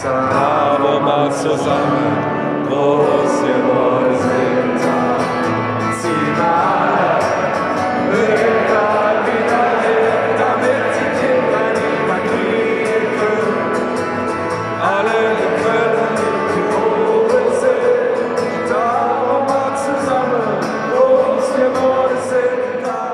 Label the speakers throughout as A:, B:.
A: Aber mal zusammen, groß geworden sind. Zieh mal, egal wieder hin, damit die Kinder niemand kriegen können. Alle können die oben sind. Aber mal zusammen, groß geworden sind.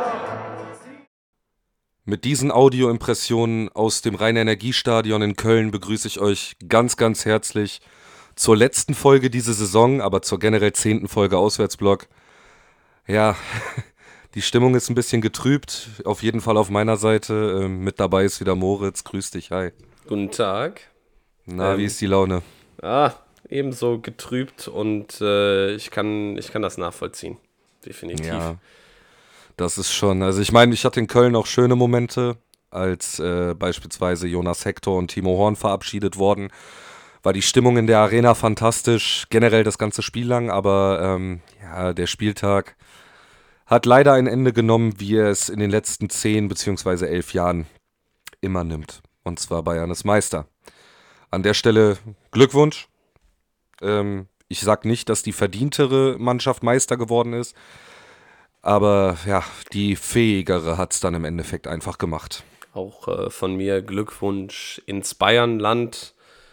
B: Mit diesen Audioimpressionen aus dem Rhein-Energiestadion in Köln begrüße ich euch ganz, ganz herzlich zur letzten Folge dieser Saison, aber zur generell 10. Folge Auswärtsblock. Ja, die Stimmung ist ein bisschen getrübt, auf jeden Fall auf meiner Seite. Mit dabei ist wieder Moritz, grüß dich, hi.
C: Guten Tag.
B: Na, wie ist die Laune?
C: Ebenso getrübt und ich kann das nachvollziehen, definitiv.
B: Ja, das ist schon, also ich meine, ich hatte in Köln auch schöne Momente, als beispielsweise Jonas Hector und Timo Horn verabschiedet wurden. War die Stimmung in der Arena fantastisch, generell das ganze Spiel lang, aber ja, der Spieltag hat leider ein Ende genommen, wie er es in den letzten 10 bzw. 11 Jahren immer nimmt. Und zwar Bayern ist Meister. An der Stelle Glückwunsch. Ich sag nicht, dass die verdientere Mannschaft Meister geworden ist, aber ja, die fähigere hat es dann im Endeffekt einfach gemacht.
C: Auch von mir Glückwunsch ins Bayernland.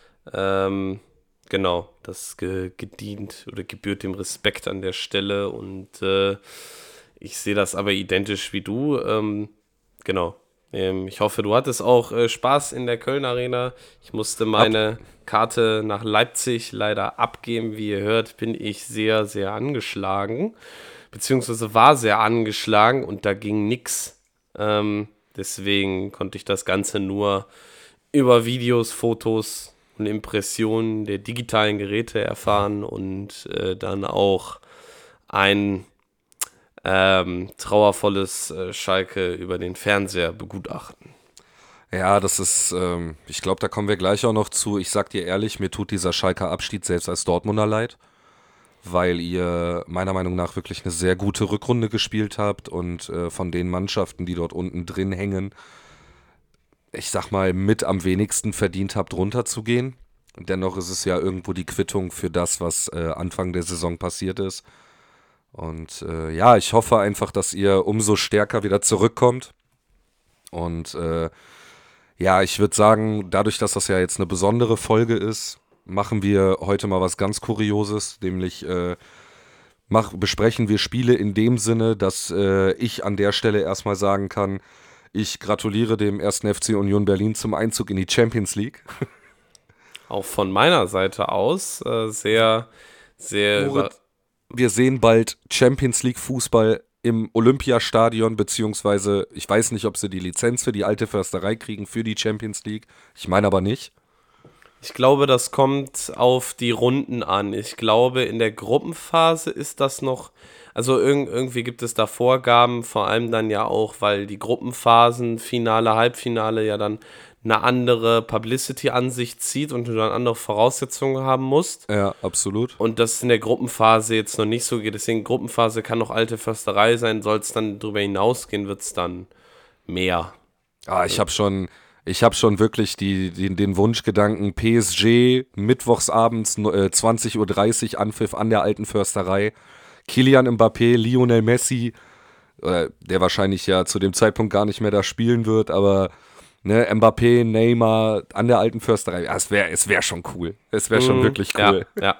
C: Genau, das gedient oder gebührt dem Respekt an der Stelle und ich sehe das aber identisch wie du. Genau. Ich hoffe, du hattest auch Spaß in der Köln Arena. Ich musste meine Karte nach Leipzig leider abgeben. Wie ihr hört, bin ich sehr, sehr angeschlagen. Beziehungsweise war sehr angeschlagen und da ging nix. Deswegen konnte ich das Ganze nur über Videos, Fotos und Impressionen der digitalen Geräte erfahren und dann auch ein trauervolles Schalke über den Fernseher begutachten.
B: Ja, das ist, ich glaube, da kommen wir gleich auch noch zu. Ich sag dir ehrlich, mir tut dieser Schalker Abschied selbst als Dortmunder leid, weil ihr meiner Meinung nach wirklich eine sehr gute Rückrunde gespielt habt und von den Mannschaften, die dort unten drin hängen, ich sag mal, mit am wenigsten verdient habt, runterzugehen. Dennoch ist es ja irgendwo die Quittung für das, was Anfang der Saison passiert ist. Und ja, ich hoffe einfach, dass ihr umso stärker wieder zurückkommt. Und ja, ich würde sagen, dadurch, dass das ja jetzt eine besondere Folge ist, machen wir heute mal was ganz Kurioses, nämlich besprechen wir Spiele in dem Sinne, dass ich an der Stelle erstmal sagen kann, ich gratuliere dem 1. FC Union Berlin zum Einzug in die Champions League.
C: Auch von meiner Seite aus sehr, sehr...
B: Moritz, wir sehen bald Champions League Fußball im Olympiastadion, beziehungsweise ich weiß nicht, ob sie die Lizenz für die alte Försterei kriegen für die Champions League. Ich meine aber nicht.
C: Ich glaube, das kommt auf die Runden an. Ich glaube, in der Gruppenphase ist das noch, also irgendwie gibt es da Vorgaben, vor allem dann ja auch, weil die Gruppenphasen, Finale, Halbfinale ja dann eine andere Publicity an sich zieht und du dann andere Voraussetzungen haben musst.
B: Ja, absolut.
C: Und das in der Gruppenphase jetzt noch nicht so geht. Deswegen Gruppenphase kann noch alte Försterei sein. Soll es dann darüber hinausgehen, wird es dann mehr.
B: Ich habe schon wirklich den Wunschgedanken, PSG, mittwochsabends 20:30 Uhr Anpfiff an der alten Försterei, Kylian Mbappé, Lionel Messi, der wahrscheinlich ja zu dem Zeitpunkt gar nicht mehr da spielen wird, aber ne, Mbappé, Neymar an der alten Försterei, ja, es wär schon cool. Es wäre schon wirklich cool.
C: Ja.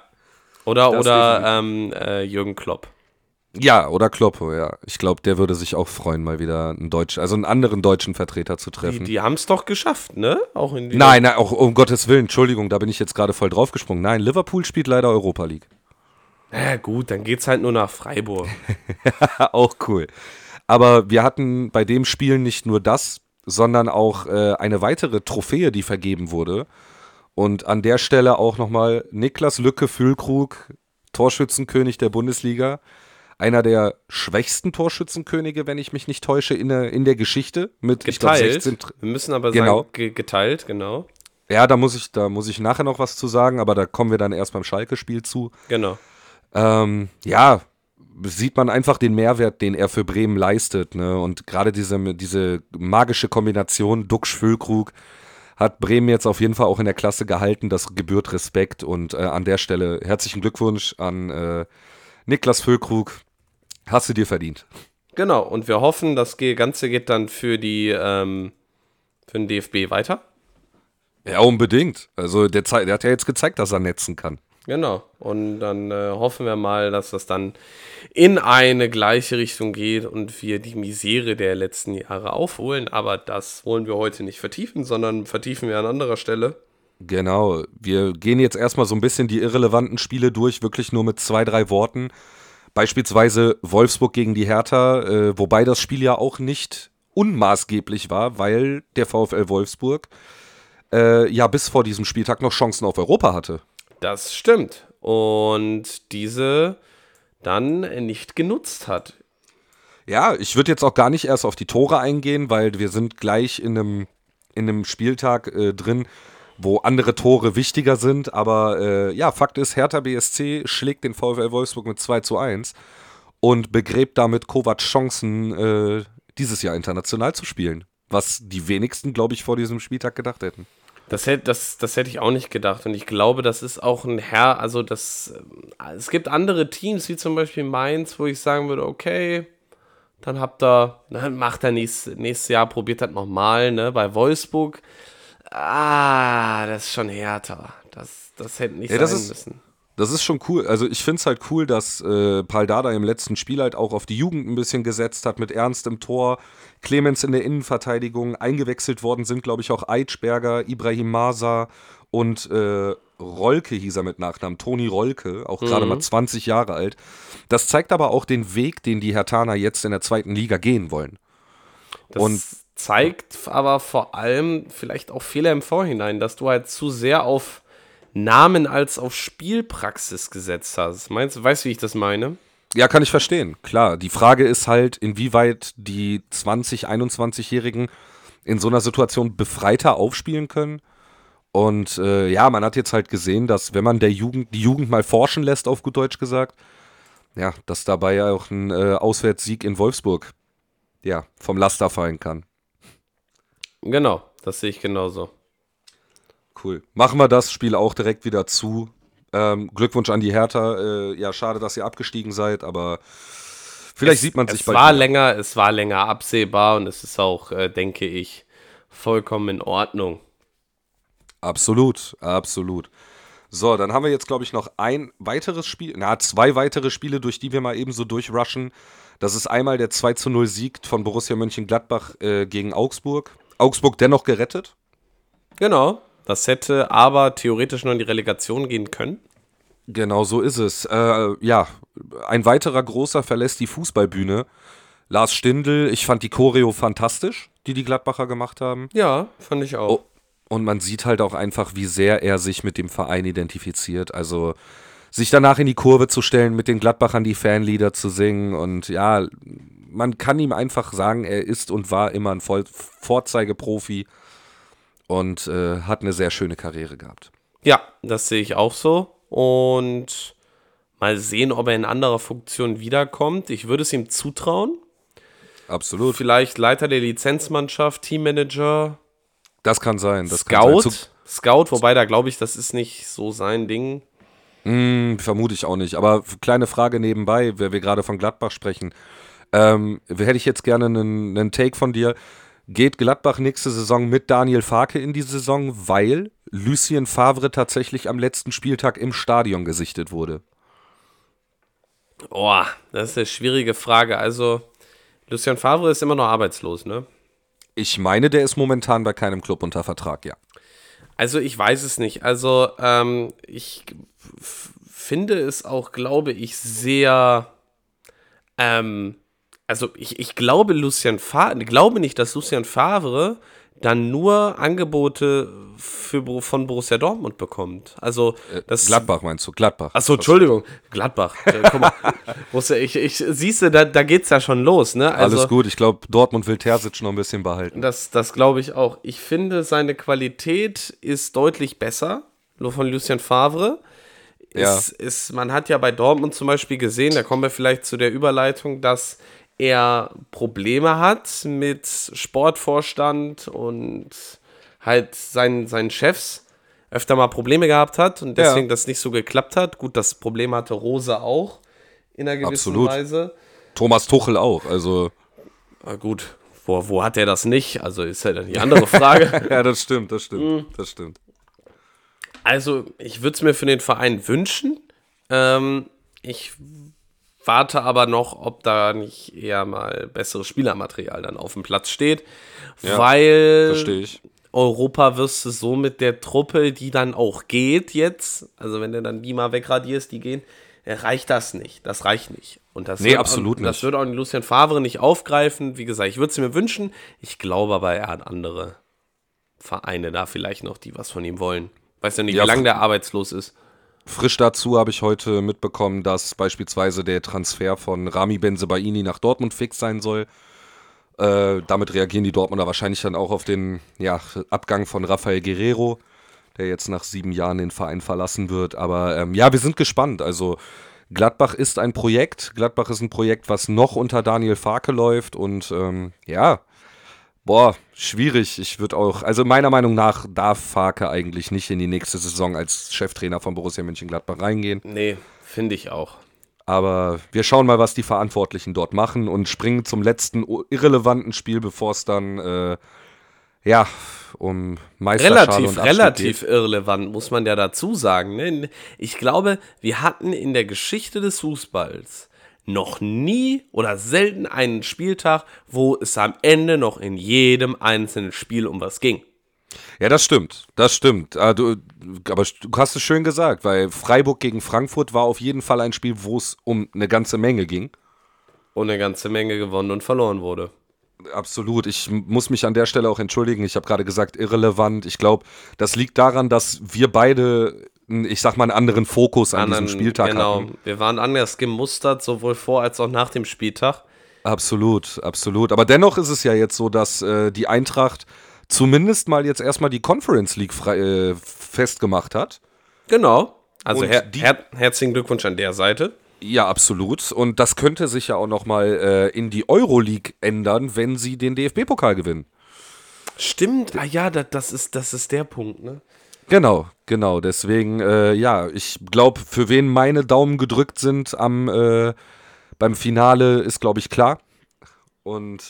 C: Oder Jürgen Klopp.
B: Ja, oder Kloppo, ja. Ich glaube, der würde sich auch freuen, mal wieder einen anderen deutschen Vertreter zu treffen.
C: Die haben es doch geschafft, ne? Auch in
B: Nein, auch um Gottes Willen, Entschuldigung, da bin ich jetzt gerade voll draufgesprungen. Nein, Liverpool spielt leider Europa League.
C: Ja gut, dann geht's halt nur nach Freiburg.
B: Auch cool. Aber wir hatten bei dem Spiel nicht nur das, sondern auch eine weitere Trophäe, die vergeben wurde. Und an der Stelle auch nochmal Niklas Lücke-Füllkrug, Torschützenkönig der Bundesliga. Einer der schwächsten Torschützenkönige, wenn ich mich nicht täusche, in der Geschichte. Mit,
C: Geteilt.
B: Ich glaub, 16
C: Wir müssen aber
B: genau.
C: sagen, geteilt, genau.
B: Ja, da muss ich nachher noch was zu sagen, aber da kommen wir dann erst beim Schalke-Spiel zu.
C: Genau.
B: Ja, sieht man einfach den Mehrwert, den er für Bremen leistet, ne? Und gerade diese magische Kombination Duxch-Füllkrug hat Bremen jetzt auf jeden Fall auch in der Klasse gehalten. Das gebührt Respekt und an der Stelle herzlichen Glückwunsch an Niklas Füllkrug. Hast du dir verdient.
C: Genau, und wir hoffen, das Ganze geht dann für den DFB weiter.
B: Ja, unbedingt. Also der hat ja jetzt gezeigt, dass er netzen kann.
C: Genau, und dann hoffen wir mal, dass das dann in eine gleiche Richtung geht und wir die Misere der letzten Jahre aufholen. Aber das wollen wir heute nicht vertiefen, sondern vertiefen wir an anderer Stelle.
B: Genau, wir gehen jetzt erstmal so ein bisschen die irrelevanten Spiele durch, wirklich nur mit 2, 3 Worten. Beispielsweise Wolfsburg gegen die Hertha, wobei das Spiel ja auch nicht unmaßgeblich war, weil der VfL Wolfsburg ja bis vor diesem Spieltag noch Chancen auf Europa hatte.
C: Das stimmt. Und diese dann nicht genutzt hat.
B: Ja, ich würde jetzt auch gar nicht erst auf die Tore eingehen, weil wir sind gleich in einem Spieltag drin, wo andere Tore wichtiger sind. Aber ja, Fakt ist, Hertha BSC schlägt den VfL Wolfsburg mit 2:1 und begräbt damit Kovacs Chancen, dieses Jahr international zu spielen. Was die wenigsten, glaube ich, vor diesem Spieltag gedacht hätten.
C: Das hätte ich auch nicht gedacht. Und ich glaube, das ist auch es gibt andere Teams, wie zum Beispiel Mainz, wo ich sagen würde, okay, dann macht er nächstes Jahr, probiert das nochmal, ne? Bei Wolfsburg, das ist schon härter. Das hätte nicht sein müssen.
B: Das ist schon cool. Also ich finde es halt cool, dass Pal Dardai im letzten Spiel halt auch auf die Jugend ein bisschen gesetzt hat, mit Ernst im Tor, Clemens in der Innenverteidigung. Eingewechselt worden sind, glaube ich, auch Eitschberger, Ibrahim Masa und Rolke hieß er mit Nachnamen, Toni Rolke, auch gerade mal 20 Jahre alt. Das zeigt aber auch den Weg, den die Herthaner jetzt in der 2. Liga gehen wollen.
C: Das zeigt aber vor allem vielleicht auch Fehler im Vorhinein, dass du halt zu sehr auf Namen als auf Spielpraxis gesetzt hast. Weißt du, wie ich das meine?
B: Ja, kann ich verstehen, klar. Die Frage ist halt, inwieweit die 20-, 21-Jährigen in so einer Situation befreiter aufspielen können. Und ja, man hat jetzt halt gesehen, dass wenn man die Jugend mal forschen lässt, auf gut Deutsch gesagt, ja, dass dabei ja auch ein Auswärtssieg in Wolfsburg ja, vom Laster fallen kann.
C: Genau, das sehe ich genauso.
B: Cool. Machen wir das Spiel auch direkt wieder zu. Glückwunsch an die Hertha. Ja, schade, dass ihr abgestiegen seid, aber vielleicht sieht man sich bald wieder.
C: Es war länger absehbar und es ist auch, denke ich, vollkommen in Ordnung.
B: Absolut, absolut. So, dann haben wir jetzt, glaube ich, noch zwei weitere Spiele, durch die wir mal eben so durchrushen. Das ist einmal der 2:0-Sieg von Borussia Mönchengladbach gegen Augsburg. Augsburg dennoch gerettet.
C: Genau. Das hätte aber theoretisch noch in die Relegation gehen können.
B: Genau so ist es. Ja, ein weiterer großer verlässt die Fußballbühne. Lars Stindl, ich fand die Choreo fantastisch, die Gladbacher gemacht haben.
C: Ja, fand ich auch.
B: Oh, und man sieht halt auch einfach, wie sehr er sich mit dem Verein identifiziert. Also sich danach in die Kurve zu stellen, mit den Gladbachern die Fanlieder zu singen. Und ja, man kann ihm einfach sagen, er ist und war immer ein Vorzeigeprofi. Und hat eine sehr schöne Karriere gehabt.
C: Ja, das sehe ich auch so. Und mal sehen, ob er in anderer Funktion wiederkommt. Ich würde es ihm zutrauen.
B: Absolut.
C: Vielleicht Leiter der Lizenzmannschaft, Teammanager.
B: Das kann sein.
C: Scout, wobei da glaube ich, das ist nicht so sein Ding.
B: Vermute ich auch nicht. Aber kleine Frage nebenbei, wenn wir gerade von Gladbach sprechen. Hätte ich jetzt gerne einen Take von dir. Geht Gladbach nächste Saison mit Daniel Farke in die Saison, weil Lucien Favre tatsächlich am letzten Spieltag im Stadion gesichtet wurde?
C: Oh, das ist eine schwierige Frage. Also, Lucien Favre ist immer noch arbeitslos, ne?
B: Ich meine, der ist momentan bei keinem Club unter Vertrag, ja.
C: Also, ich weiß es nicht. Also, ich finde es auch, glaube ich, sehr also ich glaube glaube nicht, dass Lucien Favre dann nur Angebote von Borussia Dortmund bekommt. Also das
B: Gladbach meinst du? Gladbach.
C: Achso, Entschuldigung, Gladbach. Guck mal, siehst du, da geht's ja schon los, ne? Also,
B: alles gut, ich glaube, Dortmund will Terzic noch ein bisschen behalten.
C: Das glaube ich auch. Ich finde, seine Qualität ist deutlich besser, nur von Lucien Favre.
B: Ja.
C: Man hat ja bei Dortmund zum Beispiel gesehen, da kommen wir vielleicht zu der Überleitung, dass er Probleme hat mit Sportvorstand und halt seinen Chefs öfter mal Probleme gehabt hat und deswegen das nicht so geklappt hat. Gut, das Problem hatte Rose auch in einer gewissen
B: Absolut.
C: Weise.
B: Thomas Tuchel auch, also.
C: Na gut, wo hat er das nicht? Also ist ja dann die andere Frage.
B: Ja, das stimmt.
C: Also, ich würde es mir für den Verein wünschen. Ich warte aber noch, ob da nicht eher mal besseres Spielermaterial dann auf dem Platz steht.
B: Ja,
C: weil
B: verstehe ich.
C: Europa wirst du so mit der Truppe, die dann auch geht jetzt, also wenn du dann die mal wegradierst, die gehen, reicht das nicht. Das reicht nicht. Und das wird
B: absolut
C: auch, Das
B: nicht.
C: wird auch Lucien Favre nicht aufgreifen. Wie gesagt, ich würde es mir wünschen. Ich glaube aber, er hat andere Vereine da vielleicht noch, die was von ihm wollen. Weiß ja nicht,
B: Ja,
C: wie lange der arbeitslos ist.
B: Frisch dazu habe ich heute mitbekommen, dass beispielsweise der Transfer von Rami Bensebaini nach Dortmund fix sein soll. Damit reagieren die Dortmunder wahrscheinlich dann auch auf den Abgang von Rafael Guerrero, der jetzt nach 7 Jahren den Verein verlassen wird. Aber wir sind gespannt. Also Gladbach ist ein Projekt. Gladbach ist ein Projekt, was noch unter Daniel Farke läuft. Und schwierig. Ich würde auch, also meiner Meinung nach darf Farke eigentlich nicht in die nächste Saison als Cheftrainer von Borussia Mönchengladbach reingehen.
C: Nee, finde ich auch.
B: Aber wir schauen mal, was die Verantwortlichen dort machen und springen zum letzten irrelevanten Spiel, bevor es dann um Meisterschale und Abstieg
C: Relativ
B: geht.
C: irrelevant, muss man ja dazu sagen. Ne? Ich glaube, wir hatten in der Geschichte des Fußballs noch nie oder selten einen Spieltag, wo es am Ende noch in jedem einzelnen Spiel um was ging.
B: Ja, das stimmt. Aber du hast es schön gesagt, weil Freiburg gegen Frankfurt war auf jeden Fall ein Spiel, wo es um eine ganze Menge ging.
C: Und eine ganze Menge gewonnen und verloren wurde.
B: Absolut. Ich muss mich an der Stelle auch entschuldigen. Ich habe gerade gesagt, irrelevant. Ich glaube, das liegt daran, dass wir beide, ich sag mal, einen anderen Fokus an diesem Spieltag hatten.
C: Wir waren anders gemustert, sowohl vor als auch nach dem Spieltag.
B: Absolut. Aber dennoch ist es ja jetzt so, dass die Eintracht zumindest mal jetzt erstmal die Conference League festgemacht hat.
C: Genau. Also
B: Und
C: herzlichen Glückwunsch an der Seite.
B: Ja, absolut. Und das könnte sich ja auch nochmal in die Euroleague ändern, wenn sie den DFB-Pokal gewinnen.
C: Stimmt. Das ist der Punkt, ne?
B: Genau. Deswegen, ich glaube, für wen meine Daumen gedrückt sind beim Finale, ist, glaube ich, klar. Und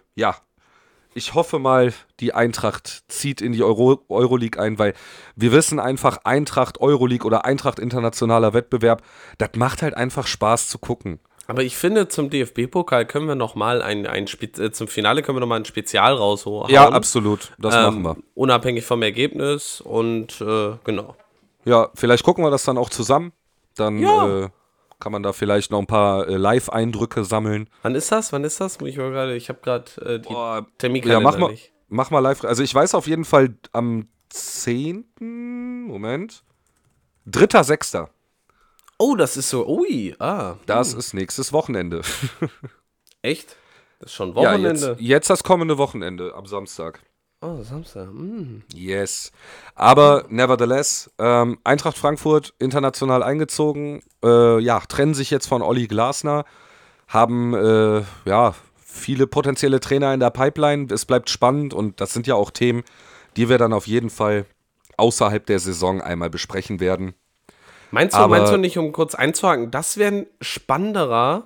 B: ich hoffe mal, die Eintracht zieht in die Euroleague ein, weil wir wissen einfach, Eintracht Euroleague oder Eintracht internationaler Wettbewerb, das macht halt einfach Spaß zu gucken.
C: Aber ich finde, zum DFB-Pokal können wir nochmal zum Finale können wir nochmal ein Spezial raushauen.
B: Ja, absolut. Das machen wir.
C: Unabhängig vom Ergebnis und genau.
B: Ja, vielleicht gucken wir das dann auch zusammen. Dann kann man da vielleicht noch ein paar Live-Eindrücke sammeln.
C: Wann ist das? Ich habe gerade die Terminkalender nicht.
B: Mach mal live. Also ich weiß auf jeden Fall am 10. Moment. 3.6.
C: Oh, das ist so,
B: Das ist nächstes Wochenende.
C: Echt? Das ist schon Wochenende?
B: Ja, jetzt das kommende Wochenende, am Samstag.
C: Oh, Samstag.
B: Yes. Aber nevertheless, Eintracht Frankfurt international eingezogen, trennen sich jetzt von Olli Glasner, haben viele potenzielle Trainer in der Pipeline. Es bleibt spannend und das sind ja auch Themen, die wir dann auf jeden Fall außerhalb der Saison einmal besprechen werden.
C: Meinst du nicht, um kurz einzuhaken, das wäre ein spannenderer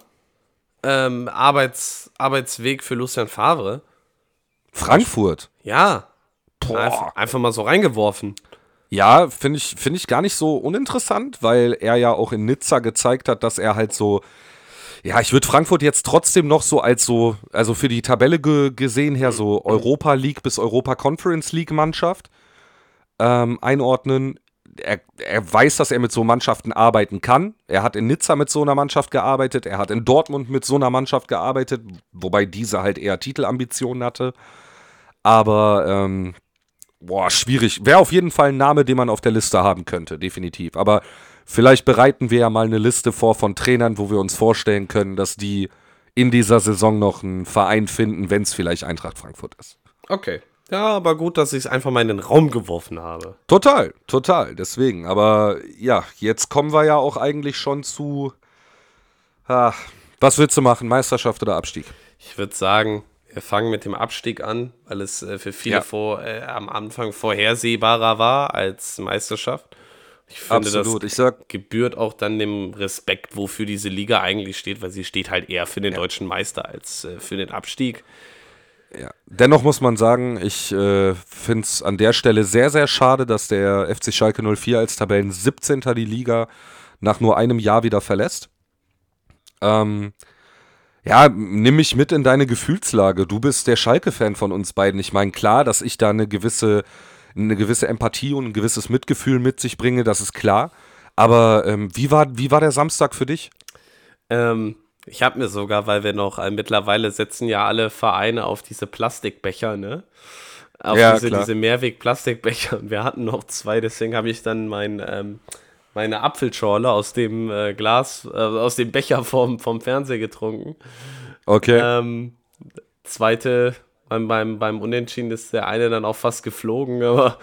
C: Arbeitsweg für Lucien Favre?
B: Frankfurt?
C: Ja.
B: Boah.
C: Einfach mal so reingeworfen.
B: Ja, finde ich gar nicht so uninteressant, weil er ja auch in Nizza gezeigt hat, dass er halt so, ich würde Frankfurt jetzt trotzdem noch so also für die Tabelle gesehen her, so Europa League bis Europa Conference League Mannschaft einordnen. Er weiß, dass er mit so Mannschaften arbeiten kann. Er hat in Nizza mit so einer Mannschaft gearbeitet. Er hat in Dortmund mit so einer Mannschaft gearbeitet, wobei diese halt eher Titelambitionen hatte. Aber, schwierig. Wäre auf jeden Fall ein Name, den man auf der Liste haben könnte, definitiv. Aber vielleicht bereiten wir ja mal eine Liste vor von Trainern, wo wir uns vorstellen können, dass die in dieser Saison noch einen Verein finden, wenn es vielleicht Eintracht Frankfurt ist.
C: Okay. Ja, aber gut, dass ich es einfach mal in den Raum geworfen habe.
B: Total. Deswegen. Aber ja, jetzt kommen wir ja auch eigentlich schon zu, was willst du machen, Meisterschaft oder Abstieg?
C: Ich würde sagen, Wir fangen mit dem Abstieg an, weil es für viele
B: Ja.
C: am Anfang vorhersehbarer war als Meisterschaft. Ich finde,
B: Absolut.
C: das
B: Ich sag,
C: gebührt auch dann dem Respekt, wofür diese Liga eigentlich steht, weil sie steht halt eher für den deutschen Meister als für den Abstieg.
B: ja. Dennoch muss man sagen, ich finde es an der Stelle sehr, sehr schade, dass der FC Schalke 04 als Tabellen 17. die Liga nach nur einem Jahr wieder verlässt. Ja, nimm mich mit in deine Gefühlslage. Du bist der Schalke-Fan von uns beiden. Ich meine, klar, dass ich da eine gewisse Empathie und ein gewisses Mitgefühl mit sich bringe, das ist klar. Aber wie war der Samstag für dich?
C: Ich habe mir sogar, weil wir noch, mittlerweile setzen ja alle Vereine auf diese Plastikbecher, ne? Auf
B: Ja,
C: diese,
B: klar.
C: diese Mehrweg-Plastikbecher. Und wir hatten noch 2, deswegen habe ich dann meine Apfelschorle aus dem aus dem Becher vom Fernseher getrunken.
B: Okay.
C: Zweite, beim Unentschieden ist der eine dann auch fast geflogen, aber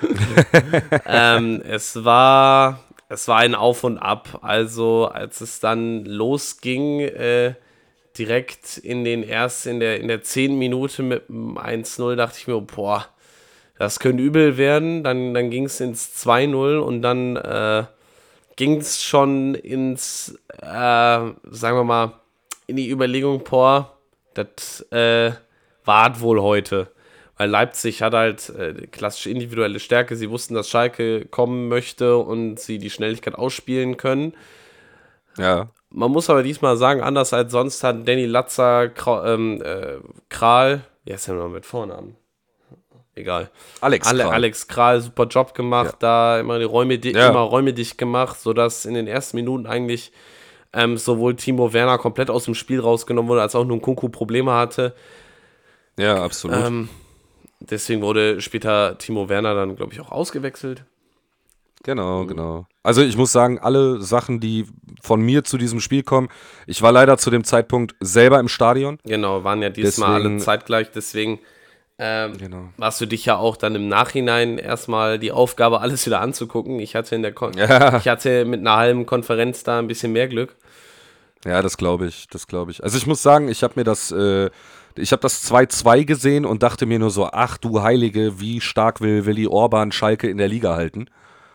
C: es war ein Auf und Ab. Also als es dann losging, direkt in der 10. Minute mit dem 1-0, dachte ich mir, boah, das könnte übel werden. Dann ging es ins 2-0 und dann ging es schon ins, sagen wir mal, in die Überlegung, boah, das war wohl heute. Weil Leipzig hat halt klassische individuelle Stärke. Sie wussten, dass Schalke kommen möchte und sie die Schnelligkeit ausspielen können.
B: Ja.
C: Man muss aber diesmal sagen, anders als sonst hat Danny Latzer, Kral, wie heißt der noch mit Vornamen? Egal.
B: Alex Kral.
C: Alex Kral, super Job gemacht, da immer die Räume, immer Räume dicht gemacht, sodass in den ersten Minuten eigentlich sowohl Timo Werner komplett aus dem Spiel rausgenommen wurde, als auch Nkunku Probleme hatte.
B: Ja, absolut.
C: Deswegen wurde später Timo Werner dann, glaube ich, auch ausgewechselt.
B: Genau. Also ich muss sagen, alle Sachen, die von mir zu diesem Spiel kommen, ich war leider zu dem Zeitpunkt selber im Stadion.
C: Genau, waren ja diesmal alle zeitgleich, deswegen warst du dich ja auch dann im Nachhinein erstmal die Aufgabe, alles wieder anzugucken. Ich hatte ich hatte mit einer halben Konferenz da ein bisschen mehr Glück.
B: Ja, das glaube ich. Also ich muss sagen, ich habe das 2-2 gesehen und dachte mir nur so, ach du Heilige, wie stark will Willi Orban Schalke in der Liga halten.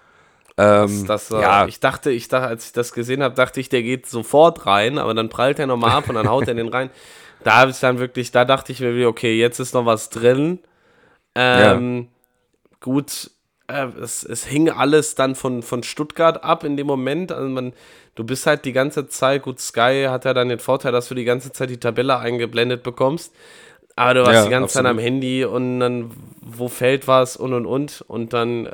C: Ich dachte, als ich das gesehen habe, dachte ich, der geht sofort rein, aber dann prallt er nochmal ab und dann haut er den rein. Da dachte ich mir wieder, okay, jetzt ist noch was drin. Gut, es hing alles dann von Stuttgart ab in dem Moment. Also du bist halt die ganze Zeit, gut, Sky hat ja dann den Vorteil, dass du die ganze Zeit die Tabelle eingeblendet bekommst. Aber du warst die ganze Zeit am Handy und dann, wo fällt was und. Und dann,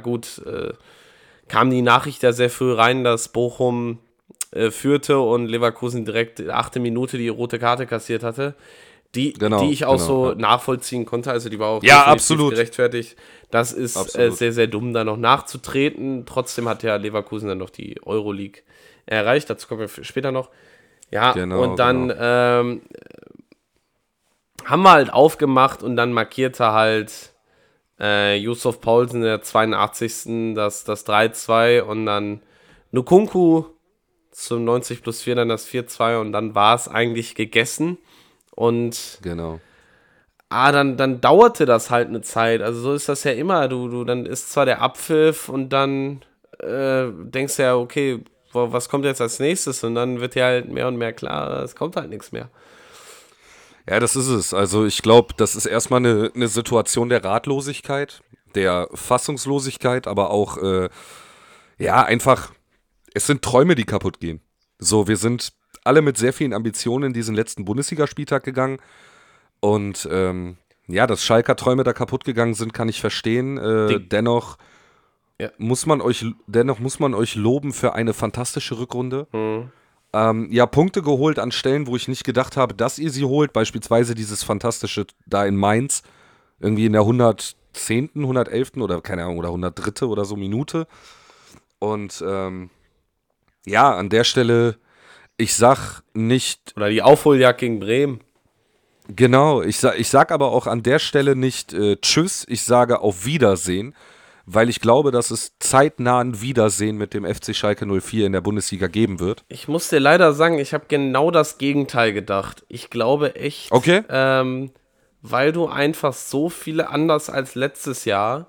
C: kam die Nachricht ja sehr früh rein, dass Bochum führte und Leverkusen direkt 8. Minute die rote Karte kassiert hatte, die ich auch nachvollziehen konnte, also die war auch
B: absolut
C: gerechtfertigt. Das ist sehr, sehr dumm, da noch nachzutreten. Trotzdem hat ja Leverkusen dann noch die Euroleague erreicht, dazu kommen wir später noch. Ja, und dann haben wir halt aufgemacht und dann markierte halt Yusuf Poulsen in der 82. das 3-2 und dann Nkunku zum 90+4 dann das 4-2 und dann war es eigentlich gegessen und dann dauerte das halt eine Zeit, also so ist das ja immer, du dann ist zwar der Abpfiff und dann denkst du ja, okay, was kommt jetzt als nächstes und dann wird ja halt mehr und mehr klar, es kommt halt nichts mehr.
B: Ja, das ist es. Also ich glaube, das ist erstmal eine Situation der Ratlosigkeit, der Fassungslosigkeit, aber auch, einfach, es sind Träume, die kaputt gehen. So, wir sind alle mit sehr vielen Ambitionen in diesen letzten Bundesligaspieltag gegangen und dass Schalker Träume da kaputt gegangen sind, kann ich verstehen. Dennoch muss man euch loben für eine fantastische Rückrunde. Punkte geholt an Stellen, wo ich nicht gedacht habe, dass ihr sie holt. Beispielsweise dieses fantastische da in Mainz, irgendwie in der 110., 111. oder keine Ahnung, oder 103. oder so Minute. Und an der Stelle, ich sag nicht...
C: Oder die Aufholjagd gegen Bremen.
B: Genau, ich sag aber auch an der Stelle nicht Tschüss, ich sage auf Wiedersehen, weil ich glaube, dass es zeitnah ein Wiedersehen mit dem FC Schalke 04 in der Bundesliga geben wird.
C: Ich muss dir leider sagen, ich habe genau das Gegenteil gedacht. Ich glaube echt, weil du einfach so viele, anders als letztes Jahr,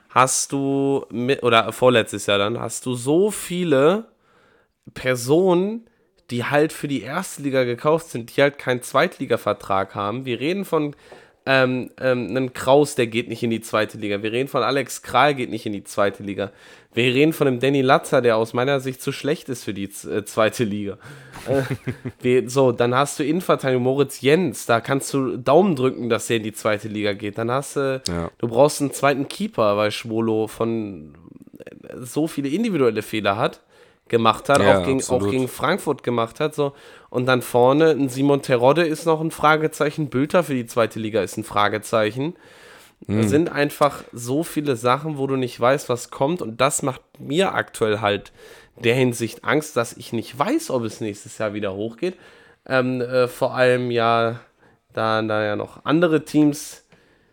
C: oder vorletztes Jahr dann, hast du so viele Personen, die halt für die erste Liga gekauft sind, die halt keinen Zweitliga-Vertrag haben. Wir reden von einem Kraus, der geht nicht in die zweite Liga. Wir reden von Alex Kral, geht nicht in die zweite Liga. Wir reden von dem Danny Latzer, der aus meiner Sicht zu schlecht ist für die zweite Liga. Dann hast du Innenverteidigung Moritz Jens, da kannst du Daumen drücken, dass der in die zweite Liga geht. Dann hast du, du brauchst einen zweiten Keeper, weil Schwolo so viele individuelle Fehler gemacht hat, auch gegen Frankfurt gemacht hat. So. Und dann vorne ein Simon Terodde ist noch ein Fragezeichen, Bülter für die zweite Liga ist ein Fragezeichen. Es sind einfach so viele Sachen, wo du nicht weißt, was kommt, und das macht mir aktuell halt der Hinsicht Angst, dass ich nicht weiß, ob es nächstes Jahr wieder hochgeht. Vor allem da ja noch andere Teams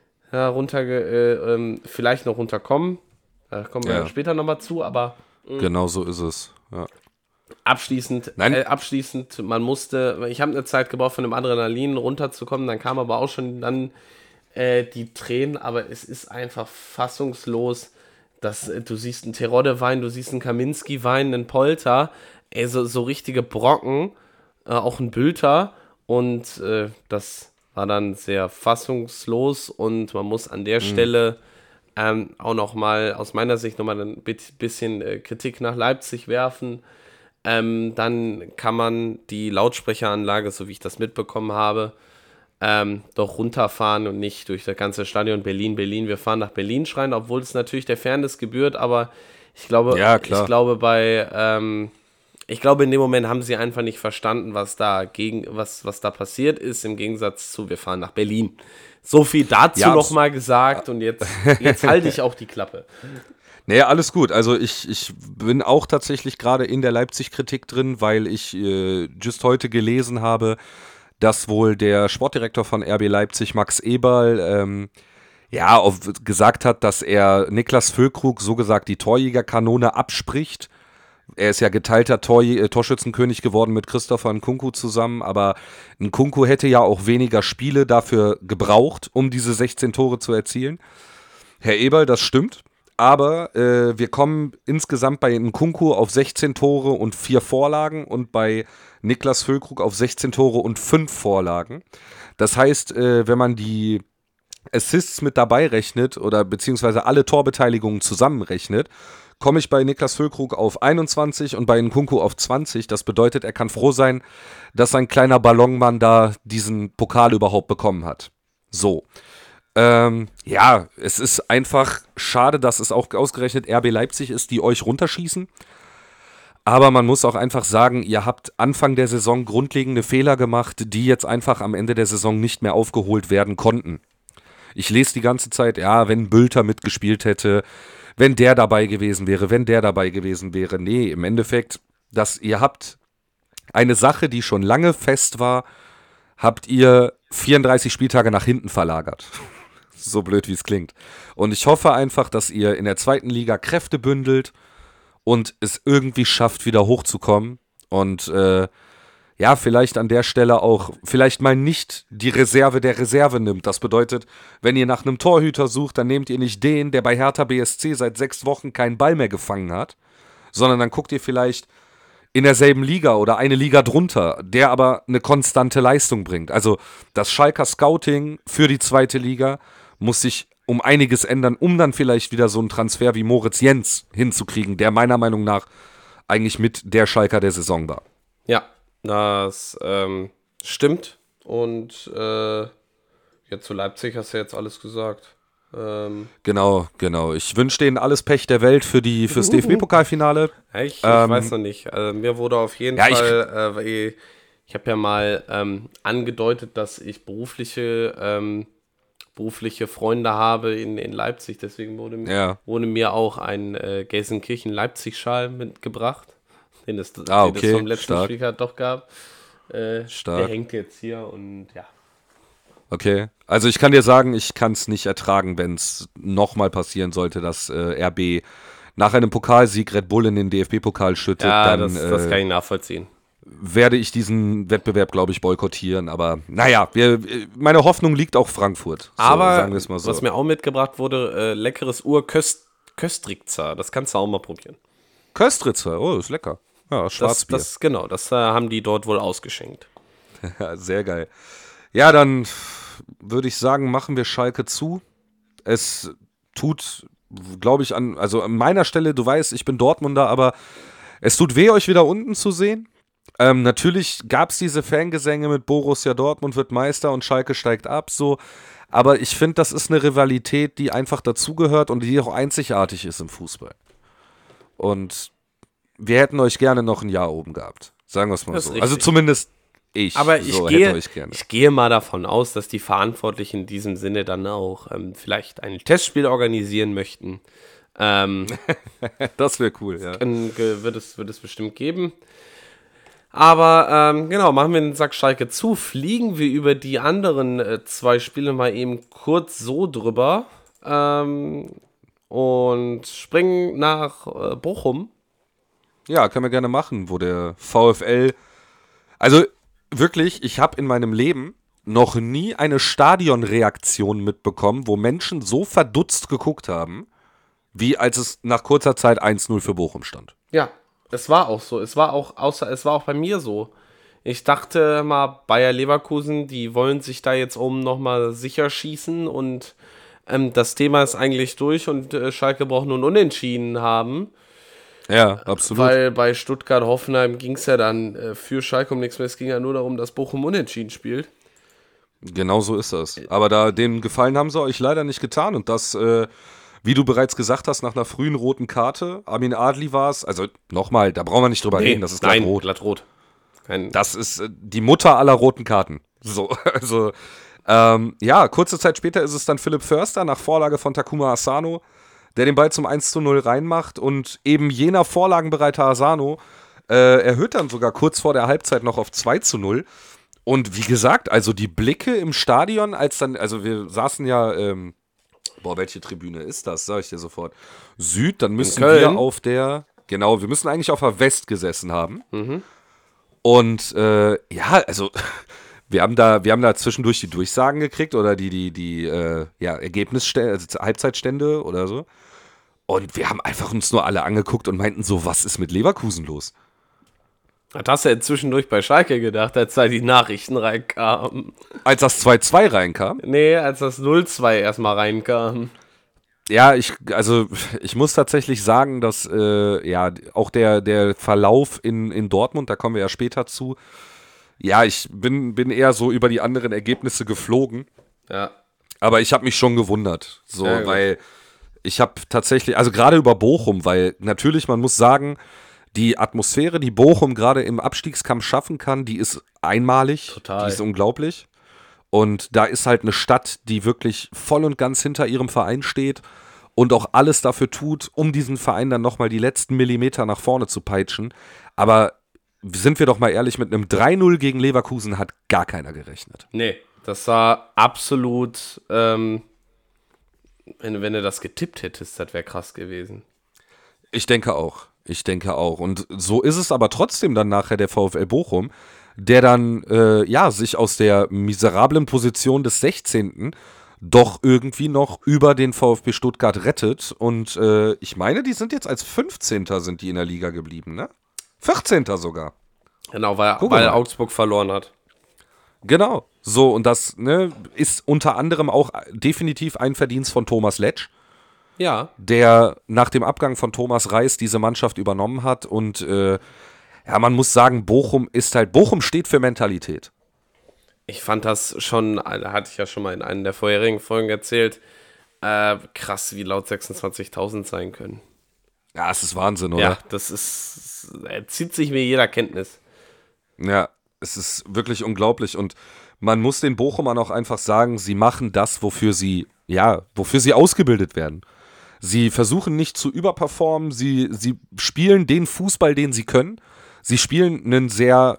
C: vielleicht noch runterkommen. Da kommen wir später nochmal zu, aber
B: genau so ist es. Ja.
C: Abschließend, ich habe eine Zeit gebraucht, von dem Adrenalin runterzukommen, dann kam aber auch schon dann die Tränen, aber es ist einfach fassungslos, dass du siehst einen Terodde weinen, du siehst einen Kaminski weinen, einen Polter, so richtige Brocken, auch ein Bülter, und das war dann sehr fassungslos, und man muss an der Stelle auch nochmal, aus meiner Sicht nochmal ein bisschen Kritik nach Leipzig werfen. Dann kann man die Lautsprecheranlage, so wie ich das mitbekommen habe, doch runterfahren und nicht durch das ganze Stadion Berlin, wir fahren nach Berlin schreien, obwohl es natürlich der Fairness gebührt, aber ich glaube, ich glaube, in dem Moment haben sie einfach nicht verstanden, was da passiert ist, im Gegensatz zu, wir fahren nach Berlin. So viel dazu nochmal gesagt, und jetzt halte ich auch die Klappe.
B: Naja, alles gut. Also ich bin auch tatsächlich gerade in der Leipzig-Kritik drin, weil ich just heute gelesen habe, dass wohl der Sportdirektor von RB Leipzig, Max Eberl, gesagt hat, dass er Niklas Füllkrug, so gesagt, die Torjägerkanone abspricht. Er ist ja geteilter Torschützenkönig geworden mit Christopher Nkunku zusammen, aber Nkunku hätte ja auch weniger Spiele dafür gebraucht, um diese 16 Tore zu erzielen. Herr Eberl, das stimmt, aber wir kommen insgesamt bei Nkunku auf 16 Tore und 4 Vorlagen und bei Niklas Füllkrug auf 16 Tore und 5 Vorlagen. Das heißt, wenn man die Assists mit dabei rechnet oder beziehungsweise alle Torbeteiligungen zusammenrechnet, komme ich bei Niklas Füllkrug auf 21 und bei Nkunku auf 20. Das bedeutet, er kann froh sein, dass sein kleiner Ballonmann da diesen Pokal überhaupt bekommen hat. So. Es ist einfach schade, dass es auch ausgerechnet RB Leipzig ist, die euch runterschießen. Aber man muss auch einfach sagen, ihr habt Anfang der Saison grundlegende Fehler gemacht, die jetzt einfach am Ende der Saison nicht mehr aufgeholt werden konnten. Ich lese die ganze Zeit, wenn Bülter mitgespielt hätte, wenn der dabei gewesen wäre. Nee, im Endeffekt, ihr habt eine Sache, die schon lange fest war, habt ihr 34 Spieltage nach hinten verlagert. So blöd, wie es klingt. Und ich hoffe einfach, dass ihr in der zweiten Liga Kräfte bündelt und es irgendwie schafft, wieder hochzukommen. Und vielleicht an der Stelle auch, vielleicht mal nicht die Reserve der Reserve nimmt. Das bedeutet, wenn ihr nach einem Torhüter sucht, dann nehmt ihr nicht den, der bei Hertha BSC seit 6 Wochen keinen Ball mehr gefangen hat, sondern dann guckt ihr vielleicht in derselben Liga oder eine Liga drunter, der aber eine konstante Leistung bringt. Also das Schalker Scouting für die zweite Liga muss sich um einiges ändern, um dann vielleicht wieder so einen Transfer wie Moritz Jens hinzukriegen, der meiner Meinung nach eigentlich mit der Schalker der Saison war.
C: Ja, das stimmt. Und jetzt zu Leipzig hast du jetzt alles gesagt.
B: Genau. Ich wünsche denen alles Pech der Welt fürs DFB-Pokalfinale.
C: Ich weiß noch nicht. Mir wurde auf jeden Fall, ich habe ja mal angedeutet, dass ich berufliche Freunde habe in Leipzig. Deswegen wurde mir auch ein Gelsenkirchen-Leipzig-Schal mitgebracht, den es vom letzten Spiel doch gab. Der hängt jetzt hier und ja.
B: Okay, also ich kann dir sagen, ich kann es nicht ertragen, wenn es nochmal passieren sollte, dass RB nach einem Pokalsieg Red Bull in den DFB-Pokal schüttet.
C: Ja, das kann ich nachvollziehen.
B: werde ich diesen Wettbewerb, glaube ich, boykottieren. Aber naja, meine Hoffnung liegt auch Frankfurt. So,
C: Aber
B: sagen wir es mal so.
C: was mir auch mitgebracht wurde, leckeres Köstritzer. Das kannst du auch mal probieren.
B: Köstritzer, oh, ist lecker. Ja, Schwarzbier.
C: Das haben die dort wohl ausgeschenkt.
B: Ja, sehr geil. Ja, dann würde ich sagen, machen wir Schalke zu. Es tut, glaube ich, also an meiner Stelle, du weißt, ich bin Dortmunder, aber es tut weh, euch wieder unten zu sehen. Natürlich gab es diese Fangesänge mit Borussia Dortmund wird Meister und Schalke steigt ab, so. Aber ich finde, das ist eine Rivalität, die einfach dazugehört und die auch einzigartig ist im Fußball. Und wir hätten euch gerne noch ein Jahr oben gehabt. Sagen wir es mal
C: Das ist
B: so.
C: richtig.
B: Also zumindest ich.
C: Aber
B: hätte euch gerne.
C: ich gehe mal davon aus, dass die Verantwortlichen in diesem Sinne dann auch vielleicht ein Testspiel organisieren möchten.
B: Das wäre cool, ja.
C: Wird es bestimmt geben. Aber genau, machen wir den Sack Schalke zu. Fliegen wir über die anderen 2 Spiele mal eben kurz so drüber und springen nach Bochum.
B: Ja, können wir gerne machen, wo der VfL. Also wirklich, ich habe in meinem Leben noch nie eine Stadionreaktion mitbekommen, wo Menschen so verdutzt geguckt haben, wie als es nach kurzer Zeit 1-0 für Bochum stand.
C: Ja, es war auch so. Es war auch bei mir so. Ich dachte mal, Bayer Leverkusen, die wollen sich da jetzt oben nochmal sicher schießen und das Thema ist eigentlich durch und Schalke braucht nur ein Unentschieden haben.
B: Ja, absolut.
C: Weil bei Stuttgart-Hoffenheim ging es ja dann für Schalke um nichts mehr. Es ging ja nur darum, dass Bochum unentschieden spielt.
B: Genau so ist das. Aber den Gefallen haben sie euch leider nicht getan. Und das, wie du bereits gesagt hast, nach einer frühen roten Karte, Amin Adli war es. Also nochmal, da brauchen wir nicht drüber reden, das ist glatt rot.
C: Glatt rot.
B: Das ist die Mutter aller roten Karten. So, also, ja, kurze Zeit später ist es dann Philipp Förster nach Vorlage von Takuma Asano, der den Ball zum 1:0 reinmacht und eben jener Vorlagenbereiter Asano erhöht dann sogar kurz vor der Halbzeit noch auf 2:0. Und wie gesagt, also die Blicke im Stadion, also wir saßen ja, welche Tribüne ist das, sag ich dir sofort. Süd, dann müssen wir wir müssen eigentlich auf der West gesessen haben. Mhm. Und ja, also wir haben da zwischendurch die Durchsagen gekriegt oder die Ergebnisstände, also Halbzeitstände oder so. Und wir haben einfach uns nur alle angeguckt und meinten so, was ist mit Leverkusen los?
C: Das hast du ja zwischendurch bei Schalke gedacht, als da die Nachrichten reinkamen.
B: Als das 2:2 reinkam?
C: Nee, als das 0:2 erstmal reinkam.
B: Ja, ich muss tatsächlich sagen, dass auch der Verlauf in Dortmund, da kommen wir ja später zu, ja, ich bin eher so über die anderen Ergebnisse geflogen.
C: Ja.
B: Aber ich habe mich schon gewundert, so,
C: ja,
B: weil ich habe tatsächlich, also gerade über Bochum, weil natürlich, man muss sagen, die Atmosphäre, die Bochum gerade im Abstiegskampf schaffen kann, die ist einmalig.
C: Total.
B: Die ist unglaublich. Und da ist halt eine Stadt, die wirklich voll und ganz hinter ihrem Verein steht und auch alles dafür tut, um diesen Verein dann nochmal die letzten Millimeter nach vorne zu peitschen. Aber sind wir doch mal ehrlich, mit einem 3:0 gegen Leverkusen hat gar keiner gerechnet.
C: Nee, das war absolut, wenn du das getippt hättest, das wäre krass gewesen.
B: Ich denke auch. Und so ist es aber trotzdem dann nachher der VfL Bochum, der dann sich aus der miserablen Position des 16. doch irgendwie noch über den VfB Stuttgart rettet. Und ich meine, die sind jetzt als 15. sind die in der Liga geblieben, ne? 14. sogar.
C: Genau, weil Augsburg verloren hat.
B: Genau. So, und das ist unter anderem auch definitiv ein Verdienst von Thomas Letsch.
C: Ja.
B: Der nach dem Abgang von Thomas Reis diese Mannschaft übernommen hat. Und man muss sagen, Bochum steht für Mentalität.
C: Ich fand das schon, hatte ich ja schon mal in einer der vorherigen Folgen erzählt, krass, wie laut 26.000 sein können.
B: Ja, es ist Wahnsinn, oder?
C: Ja, zieht sich mir jeder Kenntnis.
B: Ja, es ist wirklich unglaublich. Und man muss den Bochumern auch einfach sagen, sie machen das, wofür sie ausgebildet werden. Sie versuchen nicht zu überperformen, sie spielen den Fußball, den sie können. Sie spielen einen sehr,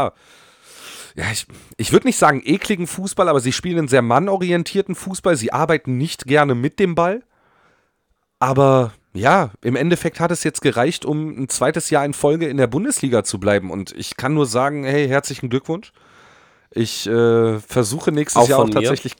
B: ich würde nicht sagen ekligen Fußball, aber sie spielen einen sehr mannorientierten Fußball. Sie arbeiten nicht gerne mit dem Ball, aber ja, im Endeffekt hat es jetzt gereicht, um ein zweites Jahr in Folge in der Bundesliga zu bleiben. Und ich kann nur sagen, hey, herzlichen Glückwunsch. Ich versuche nächstes
C: Auch
B: Jahr
C: von
B: auch
C: mir.
B: tatsächlich,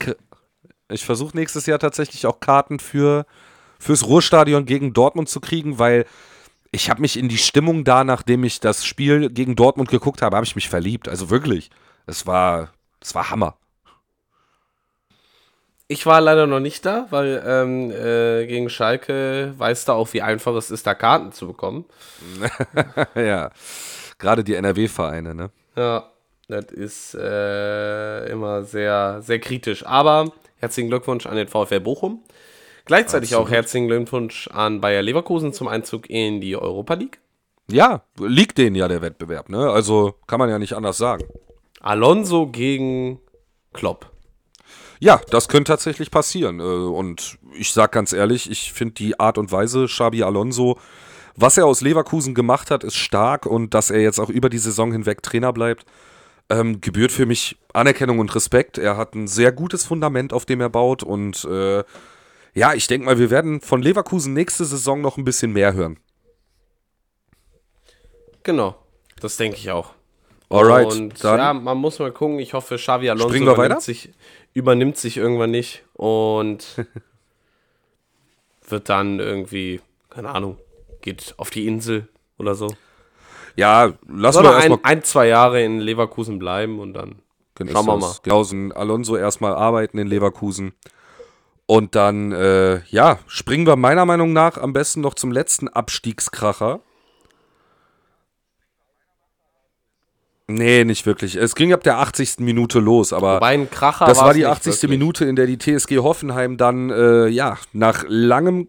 B: auch Karten fürs Ruhrstadion gegen Dortmund zu kriegen, weil ich habe mich in die Stimmung da, nachdem ich das Spiel gegen Dortmund geguckt habe, habe ich mich verliebt. Also wirklich, es war Hammer.
C: Ich war leider noch nicht da, weil gegen Schalke weißt du auch, wie einfach es ist, da Karten zu bekommen.
B: Ja, gerade die NRW-Vereine, ne?
C: Ja, das ist immer sehr, sehr kritisch. Aber herzlichen Glückwunsch an den VfL Bochum. Gleichzeitig
B: Absolut.
C: auch herzlichen Glückwunsch an Bayer Leverkusen zum Einzug in die Europa League.
B: Ja, liegt denen ja der Wettbewerb, ne? Also kann man ja nicht anders sagen.
C: Alonso gegen Klopp.
B: Ja, das könnte tatsächlich passieren. Und ich sag ganz ehrlich, ich finde die Art und Weise, Xabi Alonso, was er aus Leverkusen gemacht hat, ist stark. Und dass er jetzt auch über die Saison hinweg Trainer bleibt, gebührt für mich Anerkennung und Respekt. Er hat ein sehr gutes Fundament, auf dem er baut. Und ja, ich denke mal, wir werden von Leverkusen nächste Saison noch ein bisschen mehr hören.
C: Genau, das denke ich auch.
B: Alright,
C: Und
B: dann
C: ja, man muss mal gucken. Ich hoffe, Xavi Alonso
B: springen wir weiter?
C: übernimmt sich irgendwann nicht und wird dann irgendwie, keine Ahnung, geht auf die Insel oder so.
B: Ja, lassen
C: Soll
B: wir
C: er
B: erstmal
C: ein, zwei Jahre in Leverkusen bleiben und dann schauen wir mal.
B: Genauso Alonso erstmal arbeiten in Leverkusen. Und dann, ja, springen wir meiner Meinung nach am besten noch zum letzten Abstiegskracher. Nee, nicht wirklich. Es ging ab der 80. Minute los, aber
C: Wobei ein Kracher
B: das war
C: war's
B: die
C: nicht
B: 80.
C: wirklich.
B: Minute, in der die TSG Hoffenheim dann, ja, nach langem.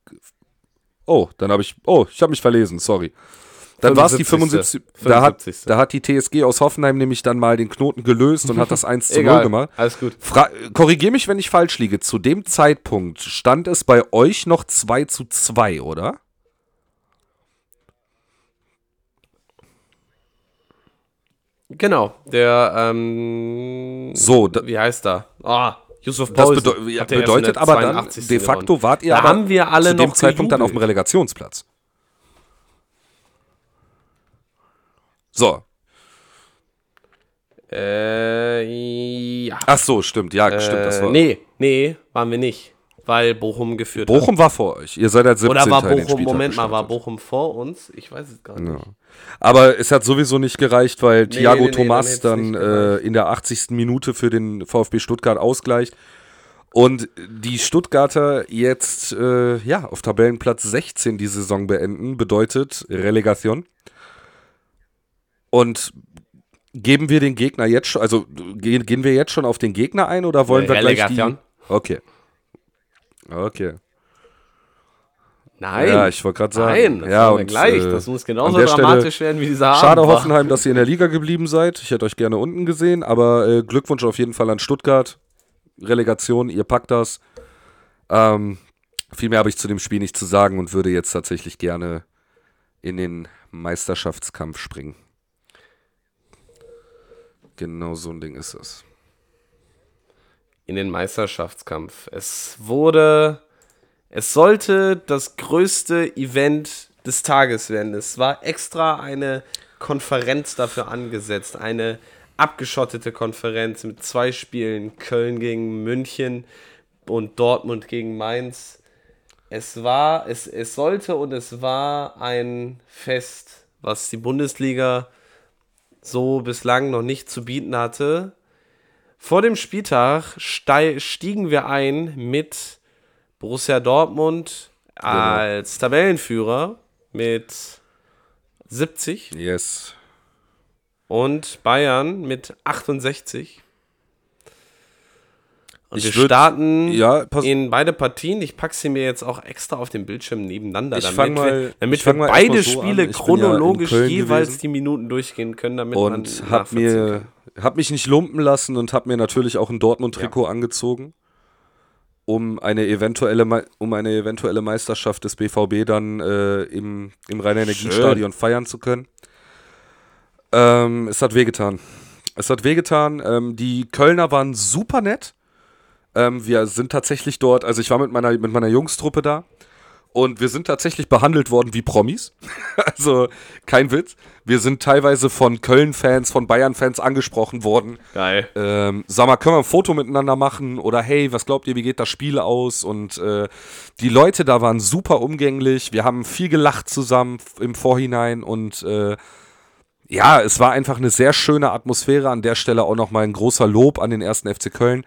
B: Ich habe mich verlesen, sorry. Dann war es die 75.
C: 75.
B: Da hat die TSG aus Hoffenheim nämlich dann mal den Knoten gelöst und hat das 1:0
C: Egal,
B: gemacht.
C: alles gut.
B: Korrigier mich, wenn ich falsch liege. Zu dem Zeitpunkt stand es bei euch noch 2:2, oder?
C: Genau, der,
B: So,
C: wie heißt er? Yusuf
B: das
C: Paulsen. Hat der erst in
B: bedeutet
C: der
B: aber dann,
C: 82.
B: de facto
C: gewonnen.
B: wart ihr
C: Da
B: aber
C: haben wir alle
B: zu dem
C: noch
B: Zeitpunkt dann auf dem
C: gejubelt.
B: Relegationsplatz. So.
C: Ja.
B: Ach so, stimmt. Ja, stimmt. Das war.
C: Nee, waren wir nicht. Weil Bochum geführt hat.
B: Bochum war vor euch. Ihr seid als 17.
C: Oder war
B: in den
C: Bochum,
B: Spieltag
C: Moment mal, war
B: gestartet.
C: Bochum vor uns? Ich weiß es gar nicht.
B: Ja. Aber es hat sowieso nicht gereicht, weil Thiago
C: nee,
B: Thomas
C: dann hätt's
B: dann
C: nicht gereicht.
B: in der 80. Minute für den VfB Stuttgart ausgleicht. Und die Stuttgarter jetzt ja, auf Tabellenplatz 16 die Saison beenden, bedeutet Relegation. Und geben wir den Gegner jetzt schon, also gehen wir jetzt schon auf den Gegner ein oder wollen wir gleich die...
C: Relegation?
B: Okay.
C: Nein.
B: Ja, ich wollte gerade sagen.
C: Nein, das
B: ja,
C: machen wir
B: und,
C: gleich. Das muss genauso
B: an der Stelle
C: dramatisch werden wie dieser Abend.
B: Schade,
C: war.
B: Hoffenheim, dass ihr in der Liga geblieben seid. Ich hätte euch gerne unten gesehen, aber Glückwunsch auf jeden Fall an Stuttgart. Relegation, ihr packt das. Viel mehr habe ich zu dem Spiel nicht zu sagen und würde jetzt tatsächlich gerne in den Meisterschaftskampf springen. Genau so ein Ding ist es.
C: In den Meisterschaftskampf. Es sollte das größte Event des Tages werden. Es war extra eine Konferenz dafür angesetzt. Eine abgeschottete Konferenz mit 2 Spielen. Köln gegen München und Dortmund gegen Mainz. Es sollte und es war ein Fest, was die Bundesliga so bislang noch nicht zu bieten hatte. Vor dem Spieltag stiegen wir ein mit Borussia Dortmund als Tabellenführer mit 70
B: Yes.
C: und Bayern mit 68. Und
B: Ich
C: wir
B: würd-
C: starten
B: ja,
C: in beide Partien. Ich packe sie mir jetzt auch extra auf dem Bildschirm nebeneinander,
B: Ich
C: damit
B: fang
C: wir
B: mal
C: beide
B: erstmal so
C: Spiele
B: an. Ich bin ja in
C: chronologisch
B: Köln
C: jeweils
B: gewesen.
C: die Minuten durchgehen können, damit man
B: Und
C: nachvollziehen kann.
B: hab mich nicht lumpen lassen und hab mir natürlich auch ein Dortmund-Trikot angezogen, um eine eventuelle Meisterschaft des BVB dann im Rhein-Energiestadion feiern zu können. Es hat wehgetan. Die Kölner waren super nett. Wir sind tatsächlich dort, also ich war mit meiner Jungstruppe da Und wir sind tatsächlich behandelt worden wie Promis. Also kein Witz. Wir sind teilweise von Köln-Fans, von Bayern-Fans angesprochen worden.
C: Geil.
B: Sag mal, können wir ein Foto miteinander machen? Oder hey, was glaubt ihr, wie geht das Spiel aus? Und die Leute da waren super umgänglich. Wir haben viel gelacht zusammen im Vorhinein. Und ja, es war einfach eine sehr schöne Atmosphäre. An der Stelle auch nochmal ein großer Lob an den 1. FC Köln.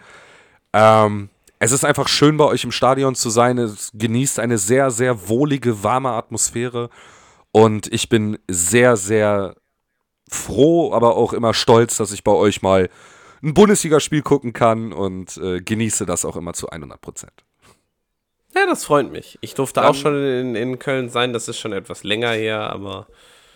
B: Es ist einfach schön, bei euch im Stadion zu sein. Es genießt eine sehr, sehr wohlige, warme Atmosphäre. Und ich bin sehr, sehr froh, aber auch immer stolz, dass ich bei euch mal ein Bundesligaspiel gucken kann und genieße das auch immer zu 100%.
C: Ja, das freut mich. Ich durfte auch schon in Köln sein. Das ist schon etwas länger her, aber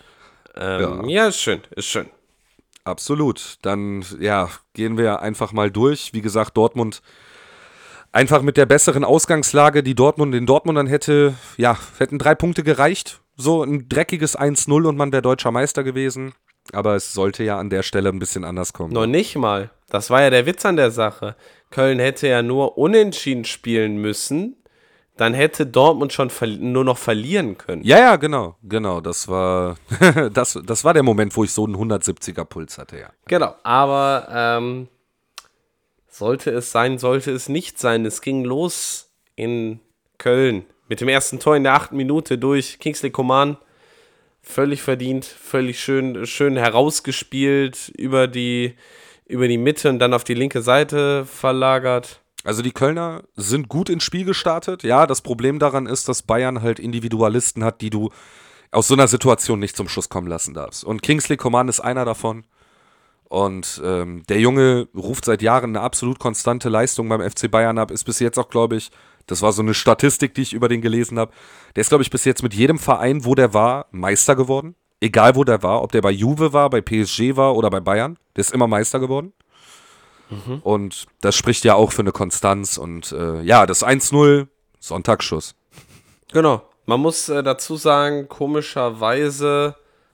C: ja, ist schön, ist schön.
B: Absolut. Dann, ja, gehen wir einfach mal durch. Wie gesagt, Dortmund einfach mit der besseren Ausgangslage, die Dortmund den Dortmundern hätten 3 Punkte gereicht. So ein dreckiges 1-0 und man wäre deutscher Meister gewesen. Aber es sollte ja an der Stelle ein bisschen anders kommen.
C: Noch nicht mal. Das war ja der Witz an der Sache. Köln hätte ja nur unentschieden spielen müssen. Dann hätte Dortmund schon nur noch verlieren können.
B: Ja, genau. Das war, das war der Moment, wo ich so einen 170er Puls hatte, ja.
C: Genau, aber sollte es sein, sollte es nicht sein. Es ging los in Köln mit dem ersten Tor in der 8. Minute durch Kingsley Coman. Völlig verdient, völlig schön herausgespielt über die Mitte und dann auf die linke Seite verlagert.
B: Also die Kölner sind gut ins Spiel gestartet. Ja, das Problem daran ist, dass Bayern halt Individualisten hat, die du aus so einer Situation nicht zum Schuss kommen lassen darfst. Und Kingsley Coman ist einer davon. Und der Junge ruft seit Jahren eine absolut konstante Leistung beim FC Bayern ab. Ist bis jetzt auch, glaube ich, das war so eine Statistik, die ich über den gelesen habe. Der ist, glaube ich, bis jetzt mit jedem Verein, wo der war, Meister geworden. Egal, wo der war. Ob der bei Juve war, bei PSG war oder bei Bayern. Der ist immer Meister geworden. Mhm. Und das spricht ja auch für eine Konstanz. Und das 1-0, Sonntagsschuss.
C: Genau. Man muss dazu sagen, komischerweise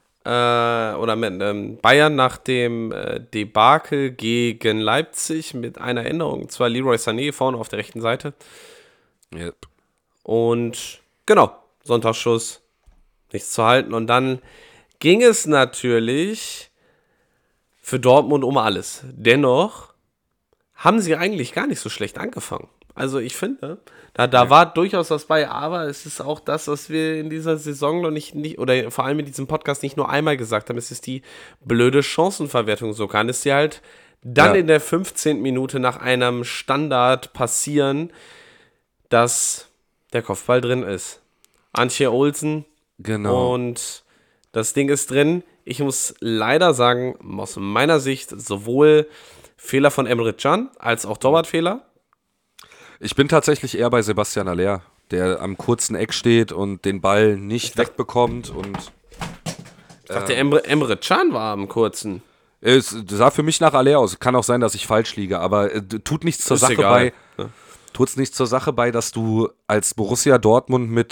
C: Bayern nach dem Debakel gegen Leipzig mit einer Änderung, und zwar Leroy Sané vorne auf der rechten Seite.
B: Yep.
C: Und genau, Sonntagsschuss, nichts zu halten. Und dann ging es natürlich für Dortmund um alles. Dennoch haben sie eigentlich gar nicht so schlecht angefangen. Also ich finde, da war durchaus was bei, aber es ist auch das, was wir in dieser Saison noch nicht oder vor allem in diesem Podcast nicht nur einmal gesagt haben, es ist die blöde Chancenverwertung. So kann es dir halt dann in der 15. Minute nach einem Standard passieren, dass der Kopfball drin ist. Antje Olsen.
B: Genau.
C: Und das Ding ist drin. Ich muss leider sagen, aus meiner Sicht sowohl Fehler von Emre Can als auch Torwartfehler.
B: Ich bin tatsächlich eher bei Sebastian Haller, der am kurzen Eck steht und den Ball nicht wegbekommt. Und
C: ich dachte, Emre Can war am kurzen.
B: Es sah für mich nach Haller aus. Kann auch sein, dass ich falsch liege, aber tut nichts zur Sache bei. Ja. Tut's nichts zur Sache bei, dass du als Borussia Dortmund mit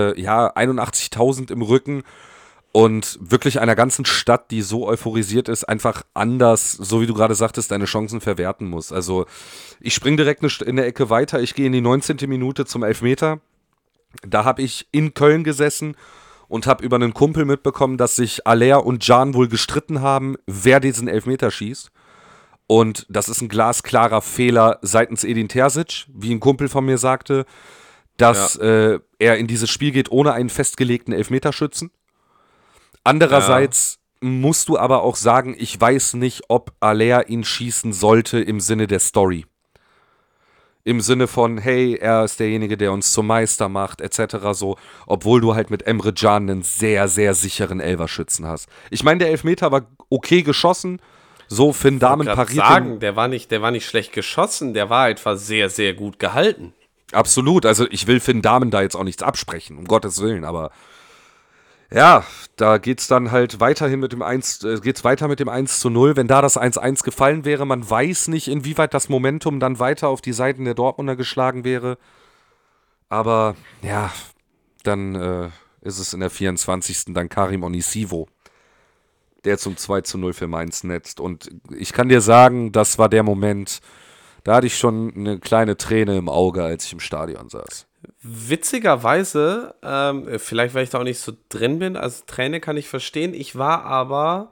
B: 81.000 im Rücken und wirklich einer ganzen Stadt, die so euphorisiert ist, einfach anders, so wie du gerade sagtest, deine Chancen verwerten musst. Also ich springe direkt in der Ecke weiter, ich gehe in die 19. Minute zum Elfmeter. Da habe ich in Köln gesessen und habe über einen Kumpel mitbekommen, dass sich Haller und Can wohl gestritten haben, wer diesen Elfmeter schießt. Und das ist ein glasklarer Fehler seitens Edin Terzic, wie ein Kumpel von mir sagte, dass er in dieses Spiel geht ohne einen festgelegten Elfmeterschützen. Andererseits musst du aber auch sagen, ich weiß nicht, ob Haller ihn schießen sollte im Sinne der Story. Im Sinne von, hey, er ist derjenige, der uns zum Meister macht, etc. so, obwohl du halt mit Emre Can einen sehr, sehr sicheren Elferschützen hast. Ich meine, der Elfmeter war okay geschossen, so Finn Dahmen pariert.
C: Ich sagen, der war nicht schlecht geschossen, der war einfach sehr, sehr gut gehalten.
B: Absolut, also ich will Finn Dahmen da jetzt auch nichts absprechen, um Gottes Willen, aber ja, da geht's dann halt weiterhin mit dem 1:0. Wenn da das 1:1 gefallen wäre, man weiß nicht, inwieweit das Momentum dann weiter auf die Seiten der Dortmunder geschlagen wäre. Aber ja, dann ist es in der 24. dann Karim Onisivo, der zum 2:0 für Mainz netzt. Und ich kann dir sagen, das war der Moment, da hatte ich schon eine kleine Träne im Auge, als ich im Stadion saß.
C: Witzigerweise, vielleicht weil ich da auch nicht so drin bin, also Träne kann ich verstehen, ich war aber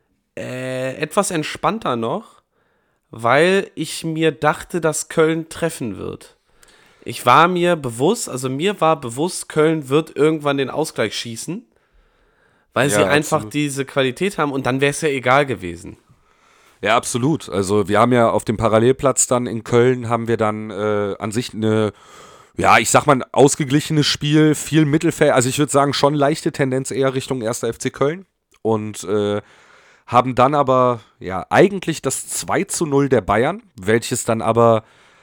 C: etwas entspannter noch, weil ich mir dachte, dass Köln treffen wird. Ich war mir bewusst, also mir war bewusst, Köln wird irgendwann den Ausgleich schießen, weil sie
B: Ja,
C: einfach
B: absolut.
C: diese Qualität haben und dann wäre es ja egal gewesen.
B: Ja, absolut. Also wir haben ja auf dem Parallelplatz dann in Köln haben wir dann an sich eine, ja, ich sag mal, ein ausgeglichenes Spiel, viel Mittelfeld, also ich würde sagen schon leichte Tendenz eher Richtung 1. FC Köln und haben dann aber ja eigentlich das 2:0 der Bayern, welches dann aber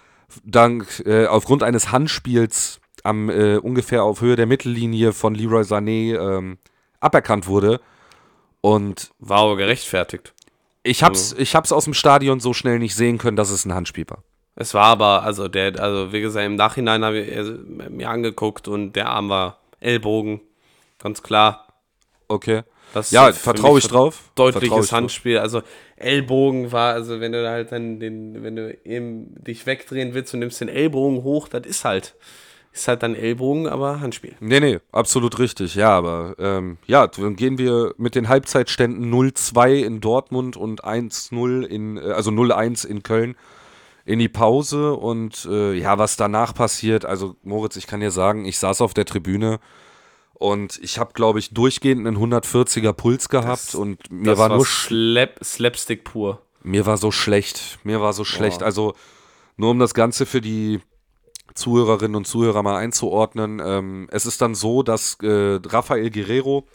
B: aufgrund eines Handspiels am ungefähr auf Höhe der Mittellinie von Leroy Sané aberkannt wurde. Und
C: War aber gerechtfertigt.
B: ich hab's aus dem Stadion so schnell nicht sehen können, dass es ein Handspiel war.
C: Es war aber, also wie gesagt, im Nachhinein habe ich mir angeguckt und der Arm war Ellbogen, ganz klar.
B: Okay.
C: Das
B: Ja,
C: ist für
B: vertraue
C: mich
B: ich drauf. Vertrau
C: deutliches
B: ich drauf.
C: Handspiel. Also Ellbogen war, also wenn du halt dann wenn du eben dich wegdrehen willst und nimmst den Ellbogen hoch, das ist halt dann Ellbogen, aber Handspiel.
B: Nee, absolut richtig. Ja, aber ja, dann gehen wir mit den Halbzeitständen 0:2 in Dortmund und 1:0 also 0:1 in Köln in die Pause und ja, was danach passiert, also Moritz, ich kann dir sagen, ich saß auf der Tribüne und ich habe, glaube ich, durchgehend einen 140er Puls gehabt und
C: Das war Slapstick pur.
B: mir war so schlecht. Mir war so schlecht.
C: Boah.
B: Also nur um das Ganze für die Zuhörerinnen und Zuhörer mal einzuordnen. Es ist dann so, dass Rafael Guerrero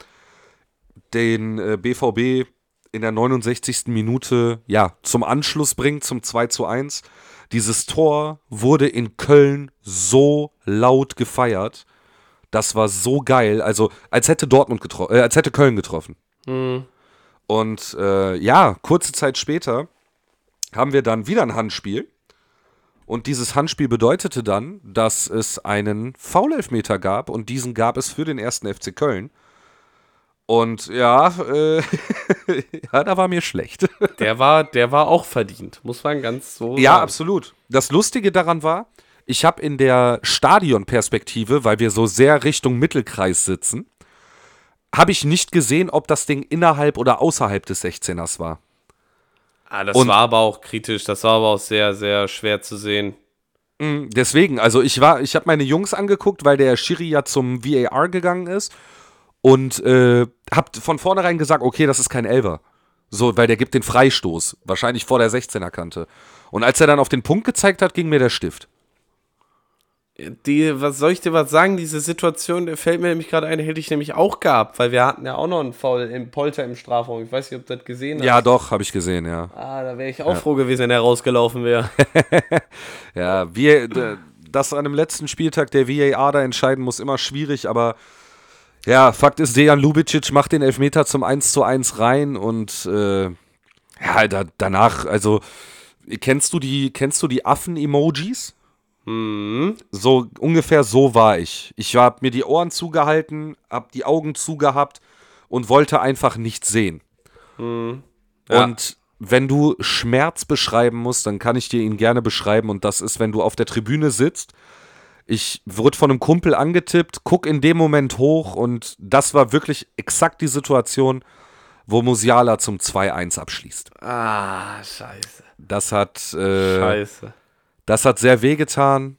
B: den BVB in der 69. Minute ja, zum Anschluss bringt, zum 2:1. Dieses Tor wurde in Köln so laut gefeiert. Das war so geil. Also, als hätte als hätte Köln getroffen. Und ja, kurze Zeit später haben wir dann wieder ein Handspiel. Und dieses Handspiel bedeutete dann, dass es einen Foul-Elfmeter gab und diesen gab es für den 1. FC Köln. Und ja, ja, da war mir schlecht.
C: Der war auch verdient, muss man ganz so
B: Ja,
C: sagen.
B: absolut. Das Lustige daran war, ich habe in der Stadionperspektive, weil wir so sehr Richtung Mittelkreis sitzen, habe ich nicht gesehen, ob das Ding innerhalb oder außerhalb des 16ers war.
C: Das
B: Und-
C: war aber auch kritisch, das war aber auch sehr, sehr schwer zu sehen.
B: Deswegen, also ich habe meine Jungs angeguckt, weil der Schiri ja zum VAR gegangen ist und hab von vornherein gesagt, okay, das ist kein Elfer. So, weil der gibt den Freistoß, wahrscheinlich vor der 16er-Kante. Und als er dann auf den Punkt gezeigt hat, ging mir der Stift.
C: Was soll ich dir was sagen? Diese Situation, der fällt mir nämlich gerade ein, hätte ich nämlich auch gehabt, weil wir hatten ja auch noch einen Foul im Polter im Strafraum. Ich weiß nicht, ob du das gesehen hast.
B: Ja, doch, habe ich gesehen, ja.
C: Da wäre ich auch froh gewesen, wenn er rausgelaufen wäre.
B: Ja, das an dem letzten Spieltag der VAR da entscheiden muss, immer schwierig, aber ja, Fakt ist, Dejan Lubicic macht den Elfmeter zum 1:1 rein und ja, danach, also kennst du die Affen-Emojis? So ungefähr so war ich. Ich habe mir die Ohren zugehalten, habe die Augen zugehabt und wollte einfach nichts sehen.
C: Ja.
B: Und wenn du Schmerz beschreiben musst, dann kann ich dir ihn gerne beschreiben. Und das ist, wenn du auf der Tribüne sitzt. Ich wurde von einem Kumpel angetippt, guck in dem Moment hoch und das war wirklich exakt die Situation, wo Musiala zum 2:1 abschließt.
C: Scheiße.
B: Scheiße. Das hat sehr wehgetan.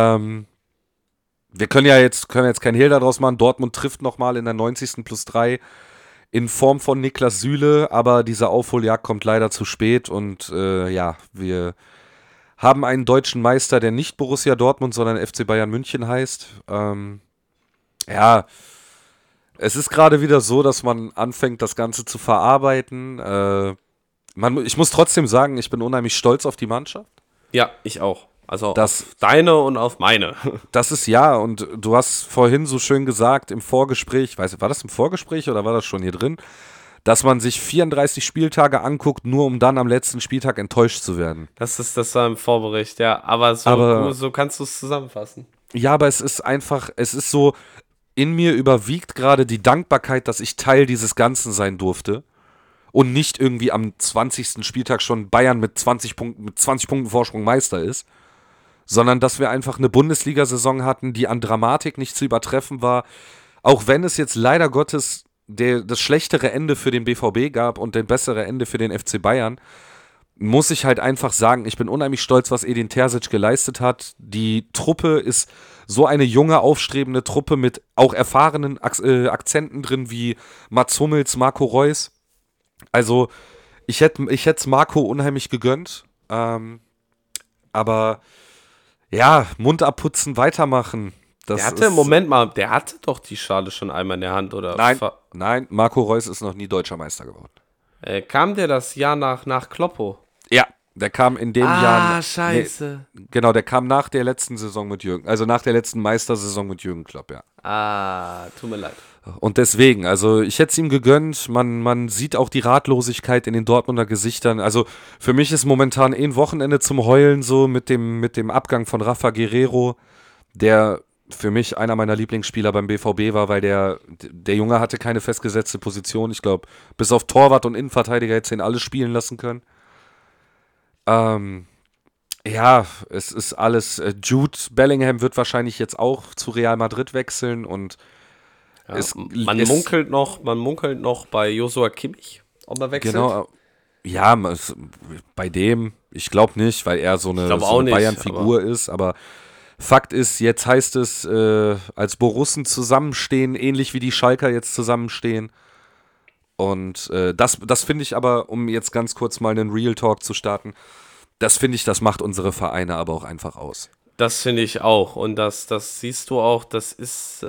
B: Wir können jetzt kein Hehl daraus machen. Dortmund trifft nochmal in der 90. +3 in Form von Niklas Süle, aber diese Aufholjagd kommt leider zu spät und ja, wir haben einen deutschen Meister, der nicht Borussia Dortmund, sondern FC Bayern München heißt. Ja, es ist gerade wieder so, dass man anfängt, das Ganze zu verarbeiten. Ich muss trotzdem sagen, ich bin unheimlich stolz auf die Mannschaft.
C: Ja, ich auch. Also
B: Das-
C: auf deine und auf meine.
B: Das ist ja, und du hast vorhin so schön gesagt im Vorgespräch, war das im Vorgespräch oder war das schon hier drin, dass man sich 34 Spieltage anguckt, nur um dann am letzten Spieltag enttäuscht zu werden.
C: Das war im Vorbericht, ja. Aber so kannst du es zusammenfassen.
B: Ja, aber es ist so, in mir überwiegt gerade die Dankbarkeit, dass ich Teil dieses Ganzen sein durfte und nicht irgendwie am 20. Spieltag schon Bayern mit 20 Punkten Vorsprung Meister ist, sondern dass wir einfach eine Bundesliga-Saison hatten, die an Dramatik nicht zu übertreffen war. Auch wenn es jetzt leider Gottes das schlechtere Ende für den BVB gab und das bessere Ende für den FC Bayern, muss ich halt einfach sagen, ich bin unheimlich stolz, was Edin Terzic geleistet hat. Die Truppe ist so eine junge, aufstrebende Truppe mit auch erfahrenen Akzenten drin wie Mats Hummels, Marco Reus. Also ich hätte Marco unheimlich gegönnt, aber ja, Mund abputzen, weitermachen.
C: Der hatte, Moment mal, der hatte doch die Schale schon einmal in der Hand, oder?
B: Nein, Marco Reus ist noch nie deutscher Meister geworden.
C: Kam der das Jahr nach Kloppo?
B: Ja, der kam in dem Jahr.
C: Ah, scheiße.
B: Nee, genau, der kam nach der letzten Saison mit Jürgen, also nach der letzten Meistersaison mit Jürgen Klopp, ja.
C: Ah, tut mir leid.
B: Und deswegen, also ich hätte es ihm gegönnt, man sieht auch die Ratlosigkeit in den Dortmunder Gesichtern. Also für mich ist momentan ein Wochenende zum Heulen so mit dem Abgang von Rafa Guerreiro, der für mich einer meiner Lieblingsspieler beim BVB war, weil der Junge hatte keine festgesetzte Position. Ich glaube, bis auf Torwart und Innenverteidiger hätte ihn alle spielen lassen können. Ja, es ist alles. Jude Bellingham wird wahrscheinlich jetzt auch zu Real Madrid wechseln und
C: ja, man munkelt noch bei Joshua Kimmich, ob er wechselt. Genau.
B: Ja, bei dem, ich glaube nicht, weil er so eine Bayern-Figur ist, aber Fakt ist, jetzt heißt es, als Borussen zusammenstehen, ähnlich wie die Schalker jetzt zusammenstehen. Und das finde ich aber, um jetzt ganz kurz mal einen Real Talk zu starten, das finde ich, das macht unsere Vereine aber auch einfach aus.
C: Das finde ich auch. Und das siehst du auch, das ist,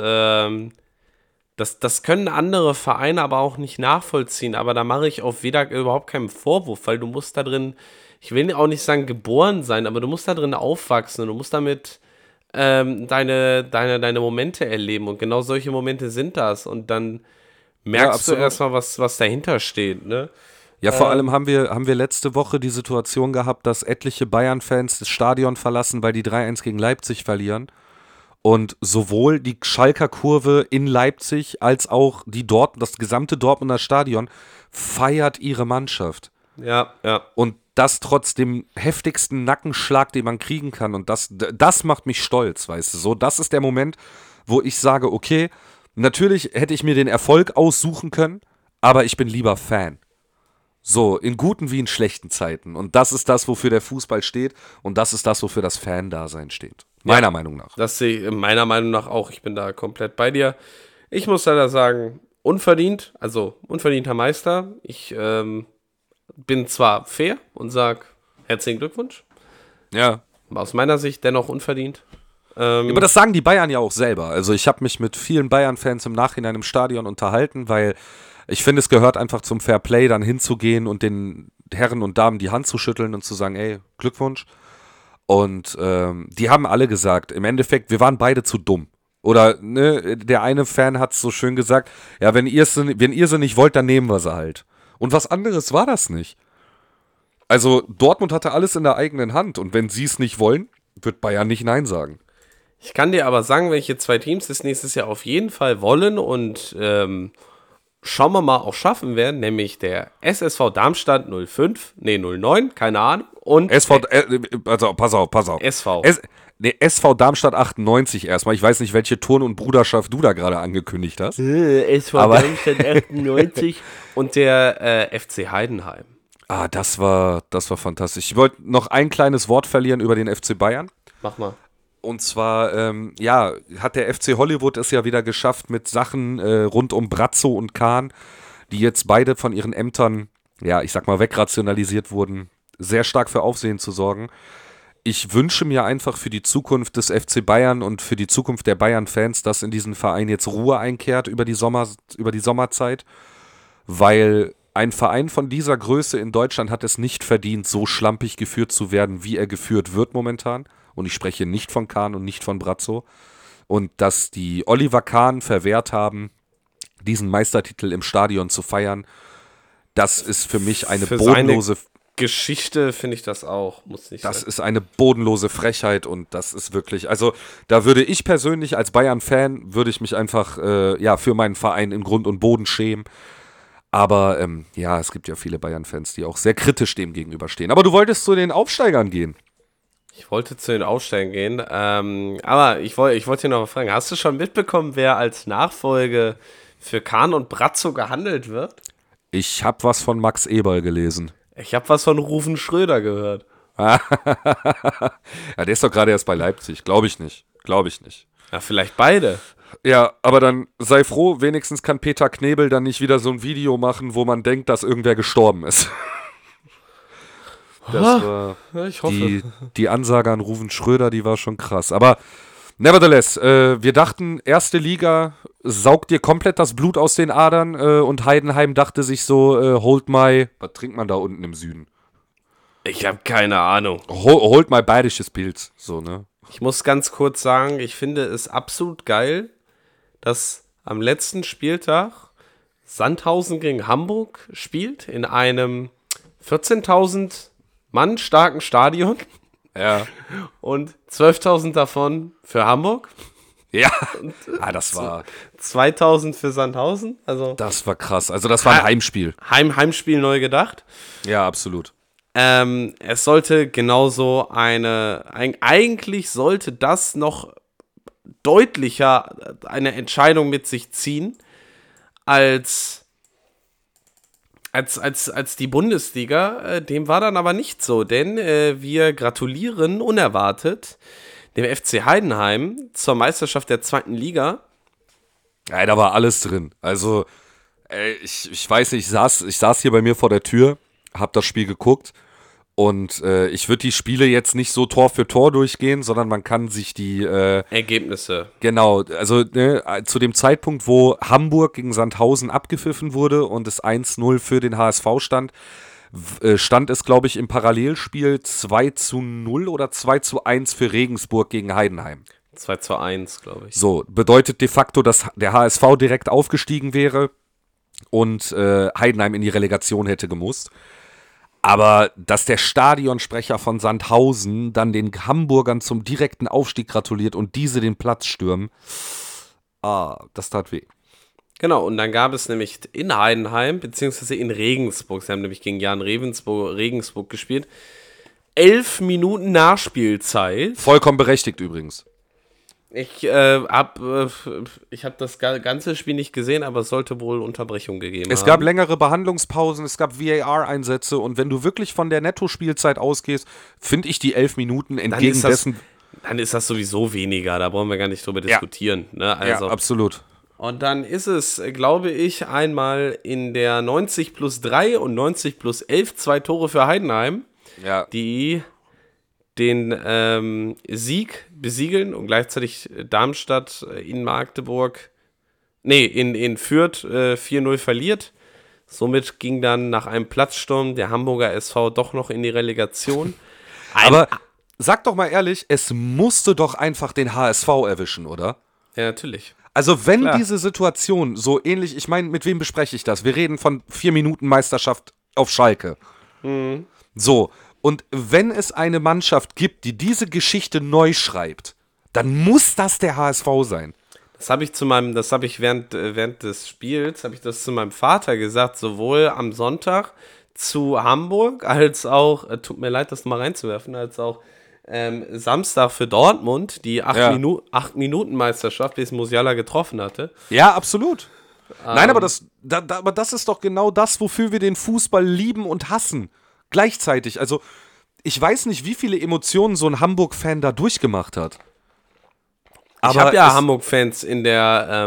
C: das können andere Vereine aber auch nicht nachvollziehen. Aber da mache ich auf Vedak überhaupt keinen Vorwurf, weil du musst da drin, ich will auch nicht sagen geboren sein, aber du musst da drin aufwachsen und du musst damit deine Momente erleben. Und genau solche Momente sind das. Und dann merkst du erstmal, was dahinter steht, ne?
B: Ja, vor allem haben wir letzte Woche die Situation gehabt, dass etliche Bayern-Fans das Stadion verlassen, weil die 3-1 gegen Leipzig verlieren. Und sowohl die Schalker Kurve in Leipzig als auch das gesamte Dortmunder Stadion feiert ihre Mannschaft.
C: Ja, ja.
B: Und das trotz dem heftigsten Nackenschlag, den man kriegen kann. Und das macht mich stolz, weißt du. So, das ist der Moment, wo ich sage, okay, natürlich hätte ich mir den Erfolg aussuchen können, aber ich bin lieber Fan. So, in guten wie in schlechten Zeiten. Und das ist das, wofür der Fußball steht. Und das ist das, wofür das Fan-Dasein steht. Meiner Meinung nach.
C: Das sehe ich meiner Meinung nach auch. Ich bin da komplett bei dir. Ich muss leider sagen, unverdient, also unverdienter Meister. Ich bin zwar fair und sage herzlichen Glückwunsch.
B: Ja.
C: Aber aus meiner Sicht dennoch unverdient.
B: Aber das sagen die Bayern ja auch selber. Also ich habe mich mit vielen Bayern-Fans im Nachhinein im Stadion unterhalten, weil ich finde, es gehört einfach zum Fairplay, dann hinzugehen und den Herren und Damen die Hand zu schütteln und zu sagen, ey, Glückwunsch. Und die haben alle gesagt, im Endeffekt, wir waren beide zu dumm. Oder ne, der eine Fan hat es so schön gesagt, ja, wenn ihr sie nicht wollt, dann nehmen wir sie halt. Und was anderes war das nicht. Also Dortmund hatte alles in der eigenen Hand und wenn sie es nicht wollen, wird Bayern nicht Nein sagen.
C: Ich kann dir aber sagen, welche zwei Teams das nächstes Jahr auf jeden Fall wollen und schauen wir mal auch schaffen werden, nämlich der SSV Darmstadt 09, keine Ahnung. Und
B: also pass auf.
C: SV.
B: SV Darmstadt 98 erstmal. Ich weiß nicht, welche Turn- und Bruderschaft du da gerade angekündigt hast.
C: SV Darmstadt 98 und der FC Heidenheim.
B: Ah, das war fantastisch. Ich wollte noch ein kleines Wort verlieren über den FC Bayern.
C: Mach mal.
B: Und zwar, hat der FC Hollywood es ja wieder geschafft mit Sachen rund um Brazzo und Kahn, die jetzt beide von ihren Ämtern, ja, ich sag mal, wegrationalisiert wurden, sehr stark für Aufsehen zu sorgen. Ich wünsche mir einfach für die Zukunft des FC Bayern und für die Zukunft der Bayern-Fans, dass in diesen Verein jetzt Ruhe einkehrt über die Sommerzeit, weil ein Verein von dieser Größe in Deutschland hat es nicht verdient, so schlampig geführt zu werden, wie er geführt wird momentan. Und ich spreche nicht von Kahn und nicht von Brazzo. Und dass die Oliver Kahn verwehrt haben, diesen Meistertitel im Stadion zu feiern, das ist für mich eine bodenlose
C: Geschichte, finde ich das auch, muss nicht sein.
B: Das ist eine bodenlose Frechheit und das ist wirklich, also da würde ich persönlich als Bayern-Fan, würde ich mich einfach für meinen Verein in Grund und Boden schämen. Aber es gibt ja viele Bayern-Fans, die auch sehr kritisch dem gegenüberstehen. Aber du wolltest zu den Aufsteigern gehen.
C: Ich wollte zu den Aufsteigen gehen, aber ich wollte dir noch mal fragen, hast du schon mitbekommen, wer als Nachfolge für Kahn und Brazzo gehandelt wird?
B: Ich habe was von Max Eberl gelesen.
C: Ich habe was von Rufen Schröder gehört.
B: Ja, der ist doch gerade erst bei Leipzig. Glaube ich nicht. Glaube ich nicht.
C: Ja, vielleicht beide.
B: Ja, aber dann sei froh, wenigstens kann Peter Knebel dann nicht wieder so ein Video machen, wo man denkt, dass irgendwer gestorben ist. Das war
C: Ja, ich hoffe.
B: die Ansage an Ruven Schröder, die war schon krass. Aber nevertheless, wir dachten, erste Liga saugt dir komplett das Blut aus den Adern und Heidenheim dachte sich so, hold my, was trinkt man da unten im Süden?
C: Ich habe keine Ahnung.
B: Hold my bayerisches Pilz, so, ne?
C: Ich muss ganz kurz sagen, ich finde es absolut geil, dass am letzten Spieltag Sandhausen gegen Hamburg spielt in einem 14.000 Mann starken Stadion
B: Ja.
C: und 12.000 davon für Hamburg,
B: Ja, das war
C: 2.000 für Sandhausen. Also
B: krass. Also das war ein Heimspiel.
C: Heimspiel neu gedacht.
B: Ja, absolut.
C: Es sollte genauso eigentlich sollte das noch deutlicher eine Entscheidung mit sich ziehen, als die Bundesliga. Dem war dann aber nicht so, denn wir gratulieren unerwartet dem FC Heidenheim zur Meisterschaft der 2. Liga.
B: Ja, da war alles drin. Also, ich weiß nicht, ich saß hier bei mir vor der Tür, hab das Spiel geguckt und ich würde die Spiele jetzt nicht so Tor für Tor durchgehen, sondern man kann sich die
C: Ergebnisse.
B: genau, also zu dem Zeitpunkt, wo Hamburg gegen Sandhausen abgepfiffen wurde und es 1-0 für den HSV stand, stand es, glaube ich, im Parallelspiel 2-0 oder 2-1 für Regensburg gegen Heidenheim.
C: 2-1, glaube ich.
B: So, bedeutet de facto, dass der HSV direkt aufgestiegen wäre und Heidenheim in die Relegation hätte gemusst. Aber dass der Stadionsprecher von Sandhausen dann den Hamburgern zum direkten Aufstieg gratuliert und diese den Platz stürmen, das tat weh.
C: Genau, und dann gab es nämlich in Heidenheim, beziehungsweise in Regensburg, sie haben nämlich gegen Jan Regensburg gespielt, 11 Minuten Nachspielzeit.
B: Vollkommen berechtigt übrigens.
C: Ich habe das ganze Spiel nicht gesehen, aber es sollte wohl Unterbrechung gegeben haben.
B: Es gab längere Behandlungspausen, es gab VAR-Einsätze und wenn du wirklich von der Nettospielzeit ausgehst, finde ich die 11 Minuten entgegen dessen...
C: Dann ist das sowieso weniger, da brauchen wir gar nicht drüber diskutieren. Ne? Also,
B: ja, absolut.
C: Und dann ist es, glaube ich, einmal in der 90+3 und 90+11 2 Tore für Heidenheim,
B: Ja.
C: die den Sieg besiegeln und gleichzeitig Darmstadt in Fürth 4-0 verliert. Somit ging dann nach einem Platzsturm der Hamburger SV doch noch in die Relegation.
B: Aber sag doch mal ehrlich, es musste doch einfach den HSV erwischen, oder?
C: Ja, natürlich.
B: Also wenn
C: Klar.
B: diese Situation so ähnlich, ich meine, mit wem bespreche ich das? Wir reden von 4 Minuten Meisterschaft auf Schalke. So, und wenn es eine Mannschaft gibt, die diese Geschichte neu schreibt, dann muss das der HSV sein.
C: Das habe ich während des Spiels, habe ich das zu meinem Vater gesagt, sowohl am Sonntag zu Hamburg, als auch, tut mir leid, das mal reinzuwerfen, als auch Samstag für Dortmund, die 8-Minuten-Meisterschaft, bis Musiala getroffen hatte.
B: Ja, absolut. Nein, aber das ist doch genau das, wofür wir den Fußball lieben und hassen. Gleichzeitig. Also, ich weiß nicht, wie viele Emotionen so ein Hamburg-Fan da durchgemacht hat.
C: Ich habe ja Hamburg-Fans in der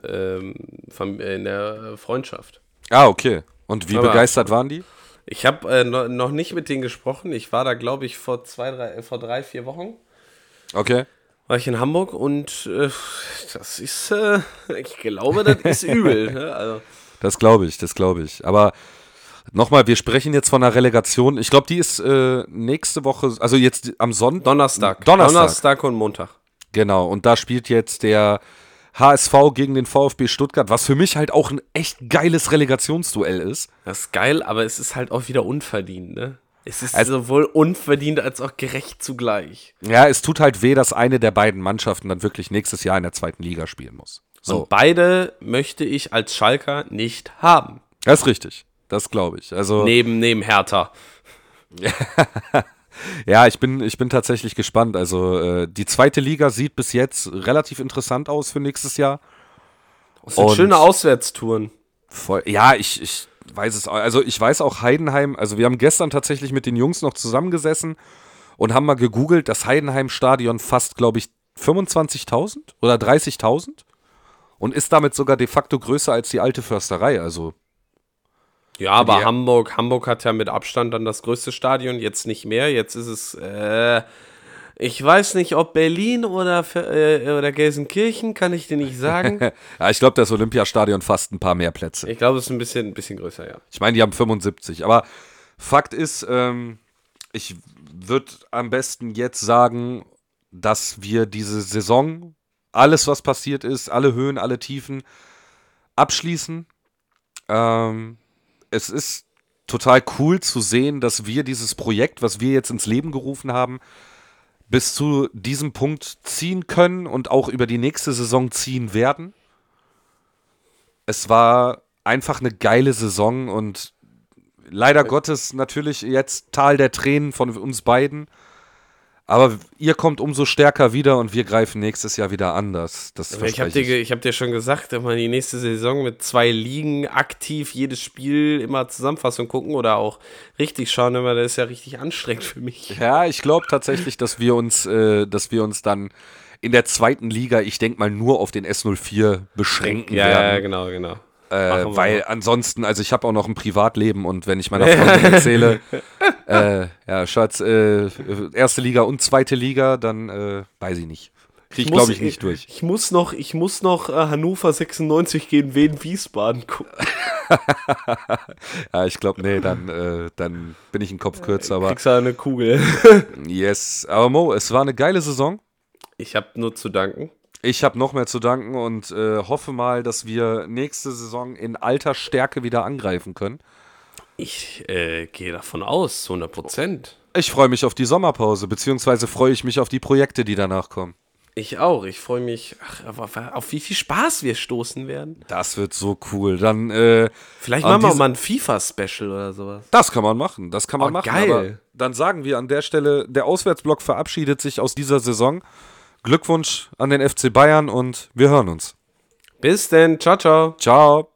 C: Freundschaft.
B: Ah, okay. Und wie
C: Aber
B: begeistert waren die?
C: Ich habe noch nicht mit denen gesprochen. Ich war da, glaube ich, vor 3-4 Wochen.
B: Okay.
C: War ich in Hamburg und das ist, ich glaube, das ist übel. Ne? Also.
B: Das glaube ich. Aber nochmal, wir sprechen jetzt von einer Relegation. Ich glaube, die ist nächste Woche, also jetzt am Sonntag.
C: Donnerstag und Montag.
B: Genau, und da spielt jetzt der HSV gegen den VfB Stuttgart, was für mich halt auch ein echt geiles Relegationsduell ist.
C: Das ist geil, aber es ist halt auch wieder unverdient, ne? Es ist sowohl unverdient als auch gerecht zugleich.
B: Ja, es tut halt weh, dass eine der beiden Mannschaften dann wirklich nächstes Jahr in der 2. Liga spielen muss. So.
C: Und beide möchte ich als Schalker nicht haben.
B: Das ist richtig, das glaube ich. Also
C: Neben Hertha.
B: Ja, ich bin tatsächlich gespannt. Also die zweite Liga sieht bis jetzt relativ interessant aus für nächstes Jahr.
C: Das sind
B: Und
C: schöne Auswärtstouren.
B: Ja, ich weiß es auch. Also ich weiß auch Heidenheim, also wir haben gestern tatsächlich mit den Jungs noch zusammengesessen und haben mal gegoogelt, das Heidenheim-Stadion fasst, glaube ich, 25.000 oder 30.000 und ist damit sogar de facto größer als die alte Försterei. Also
C: Ja, aber
B: die-
C: Hamburg hat ja mit Abstand dann das größte Stadion, jetzt nicht mehr. Jetzt ist es, ich weiß nicht, ob Berlin oder Gelsenkirchen, kann ich dir nicht sagen.
B: ja, ich glaube, das Olympiastadion fasst ein paar mehr Plätze.
C: Ich glaube, es ist ein bisschen größer, ja.
B: Ich meine, die haben 75. Aber Fakt ist, ich würde am besten jetzt sagen, dass wir diese Saison, alles was passiert ist, alle Höhen, alle Tiefen, abschließen. Es ist total cool zu sehen, dass wir dieses Projekt, was wir jetzt ins Leben gerufen haben, bis zu diesem Punkt ziehen können und auch über die nächste Saison ziehen werden. Es war einfach eine geile Saison und leider Gottes natürlich jetzt Tal der Tränen von uns beiden. Aber ihr kommt umso stärker wieder und wir greifen nächstes Jahr wieder an. Das verspreche ich.
C: Ich hab dir schon gesagt, wenn wir die nächste Saison mit 2 Ligen aktiv jedes Spiel immer Zusammenfassung gucken oder auch richtig schauen, immer, das ist ja richtig anstrengend für mich.
B: Ja, ich glaube tatsächlich, dass wir uns dann in der zweiten Liga, ich denke mal, nur auf den S04 beschränken werden.
C: Ja, genau. Machen wir
B: Weil
C: mal.
B: ansonsten, also ich habe auch noch ein Privatleben und wenn ich meiner Freundin erzähle, ja, Schatz, erste Liga und zweite Liga, dann weiß ich nicht. Krieg ich, glaube ich, nicht durch.
C: Ich muss noch Hannover 96 gegen Wien Wiesbaden gucken.
B: Ja, ich glaube, nee, dann bin ich einen Kopf kürzer, aber
C: Kriegst du eine Kugel.
B: yes. Aber Mo, es war eine geile Saison.
C: Ich habe nur zu danken.
B: Ich habe noch mehr zu danken und hoffe mal, dass wir nächste Saison in alter Stärke wieder angreifen können.
C: Ich gehe davon aus, zu 100%.
B: Ich freue mich auf die Sommerpause, beziehungsweise freue ich mich auf die Projekte, die danach kommen.
C: Ich auch. Ich freue mich, auf wie viel Spaß wir stoßen werden.
B: Das wird so cool. Dann,
C: Vielleicht
B: an
C: machen wir
B: diese-
C: mal ein FIFA-Special oder sowas.
B: das kann man machen,
C: Geil.
B: Aber dann sagen wir an der Stelle, der Auswärtsblock verabschiedet sich aus dieser Saison. Glückwunsch an den FC Bayern und wir hören uns.
C: Bis denn. Ciao, ciao.
B: Ciao.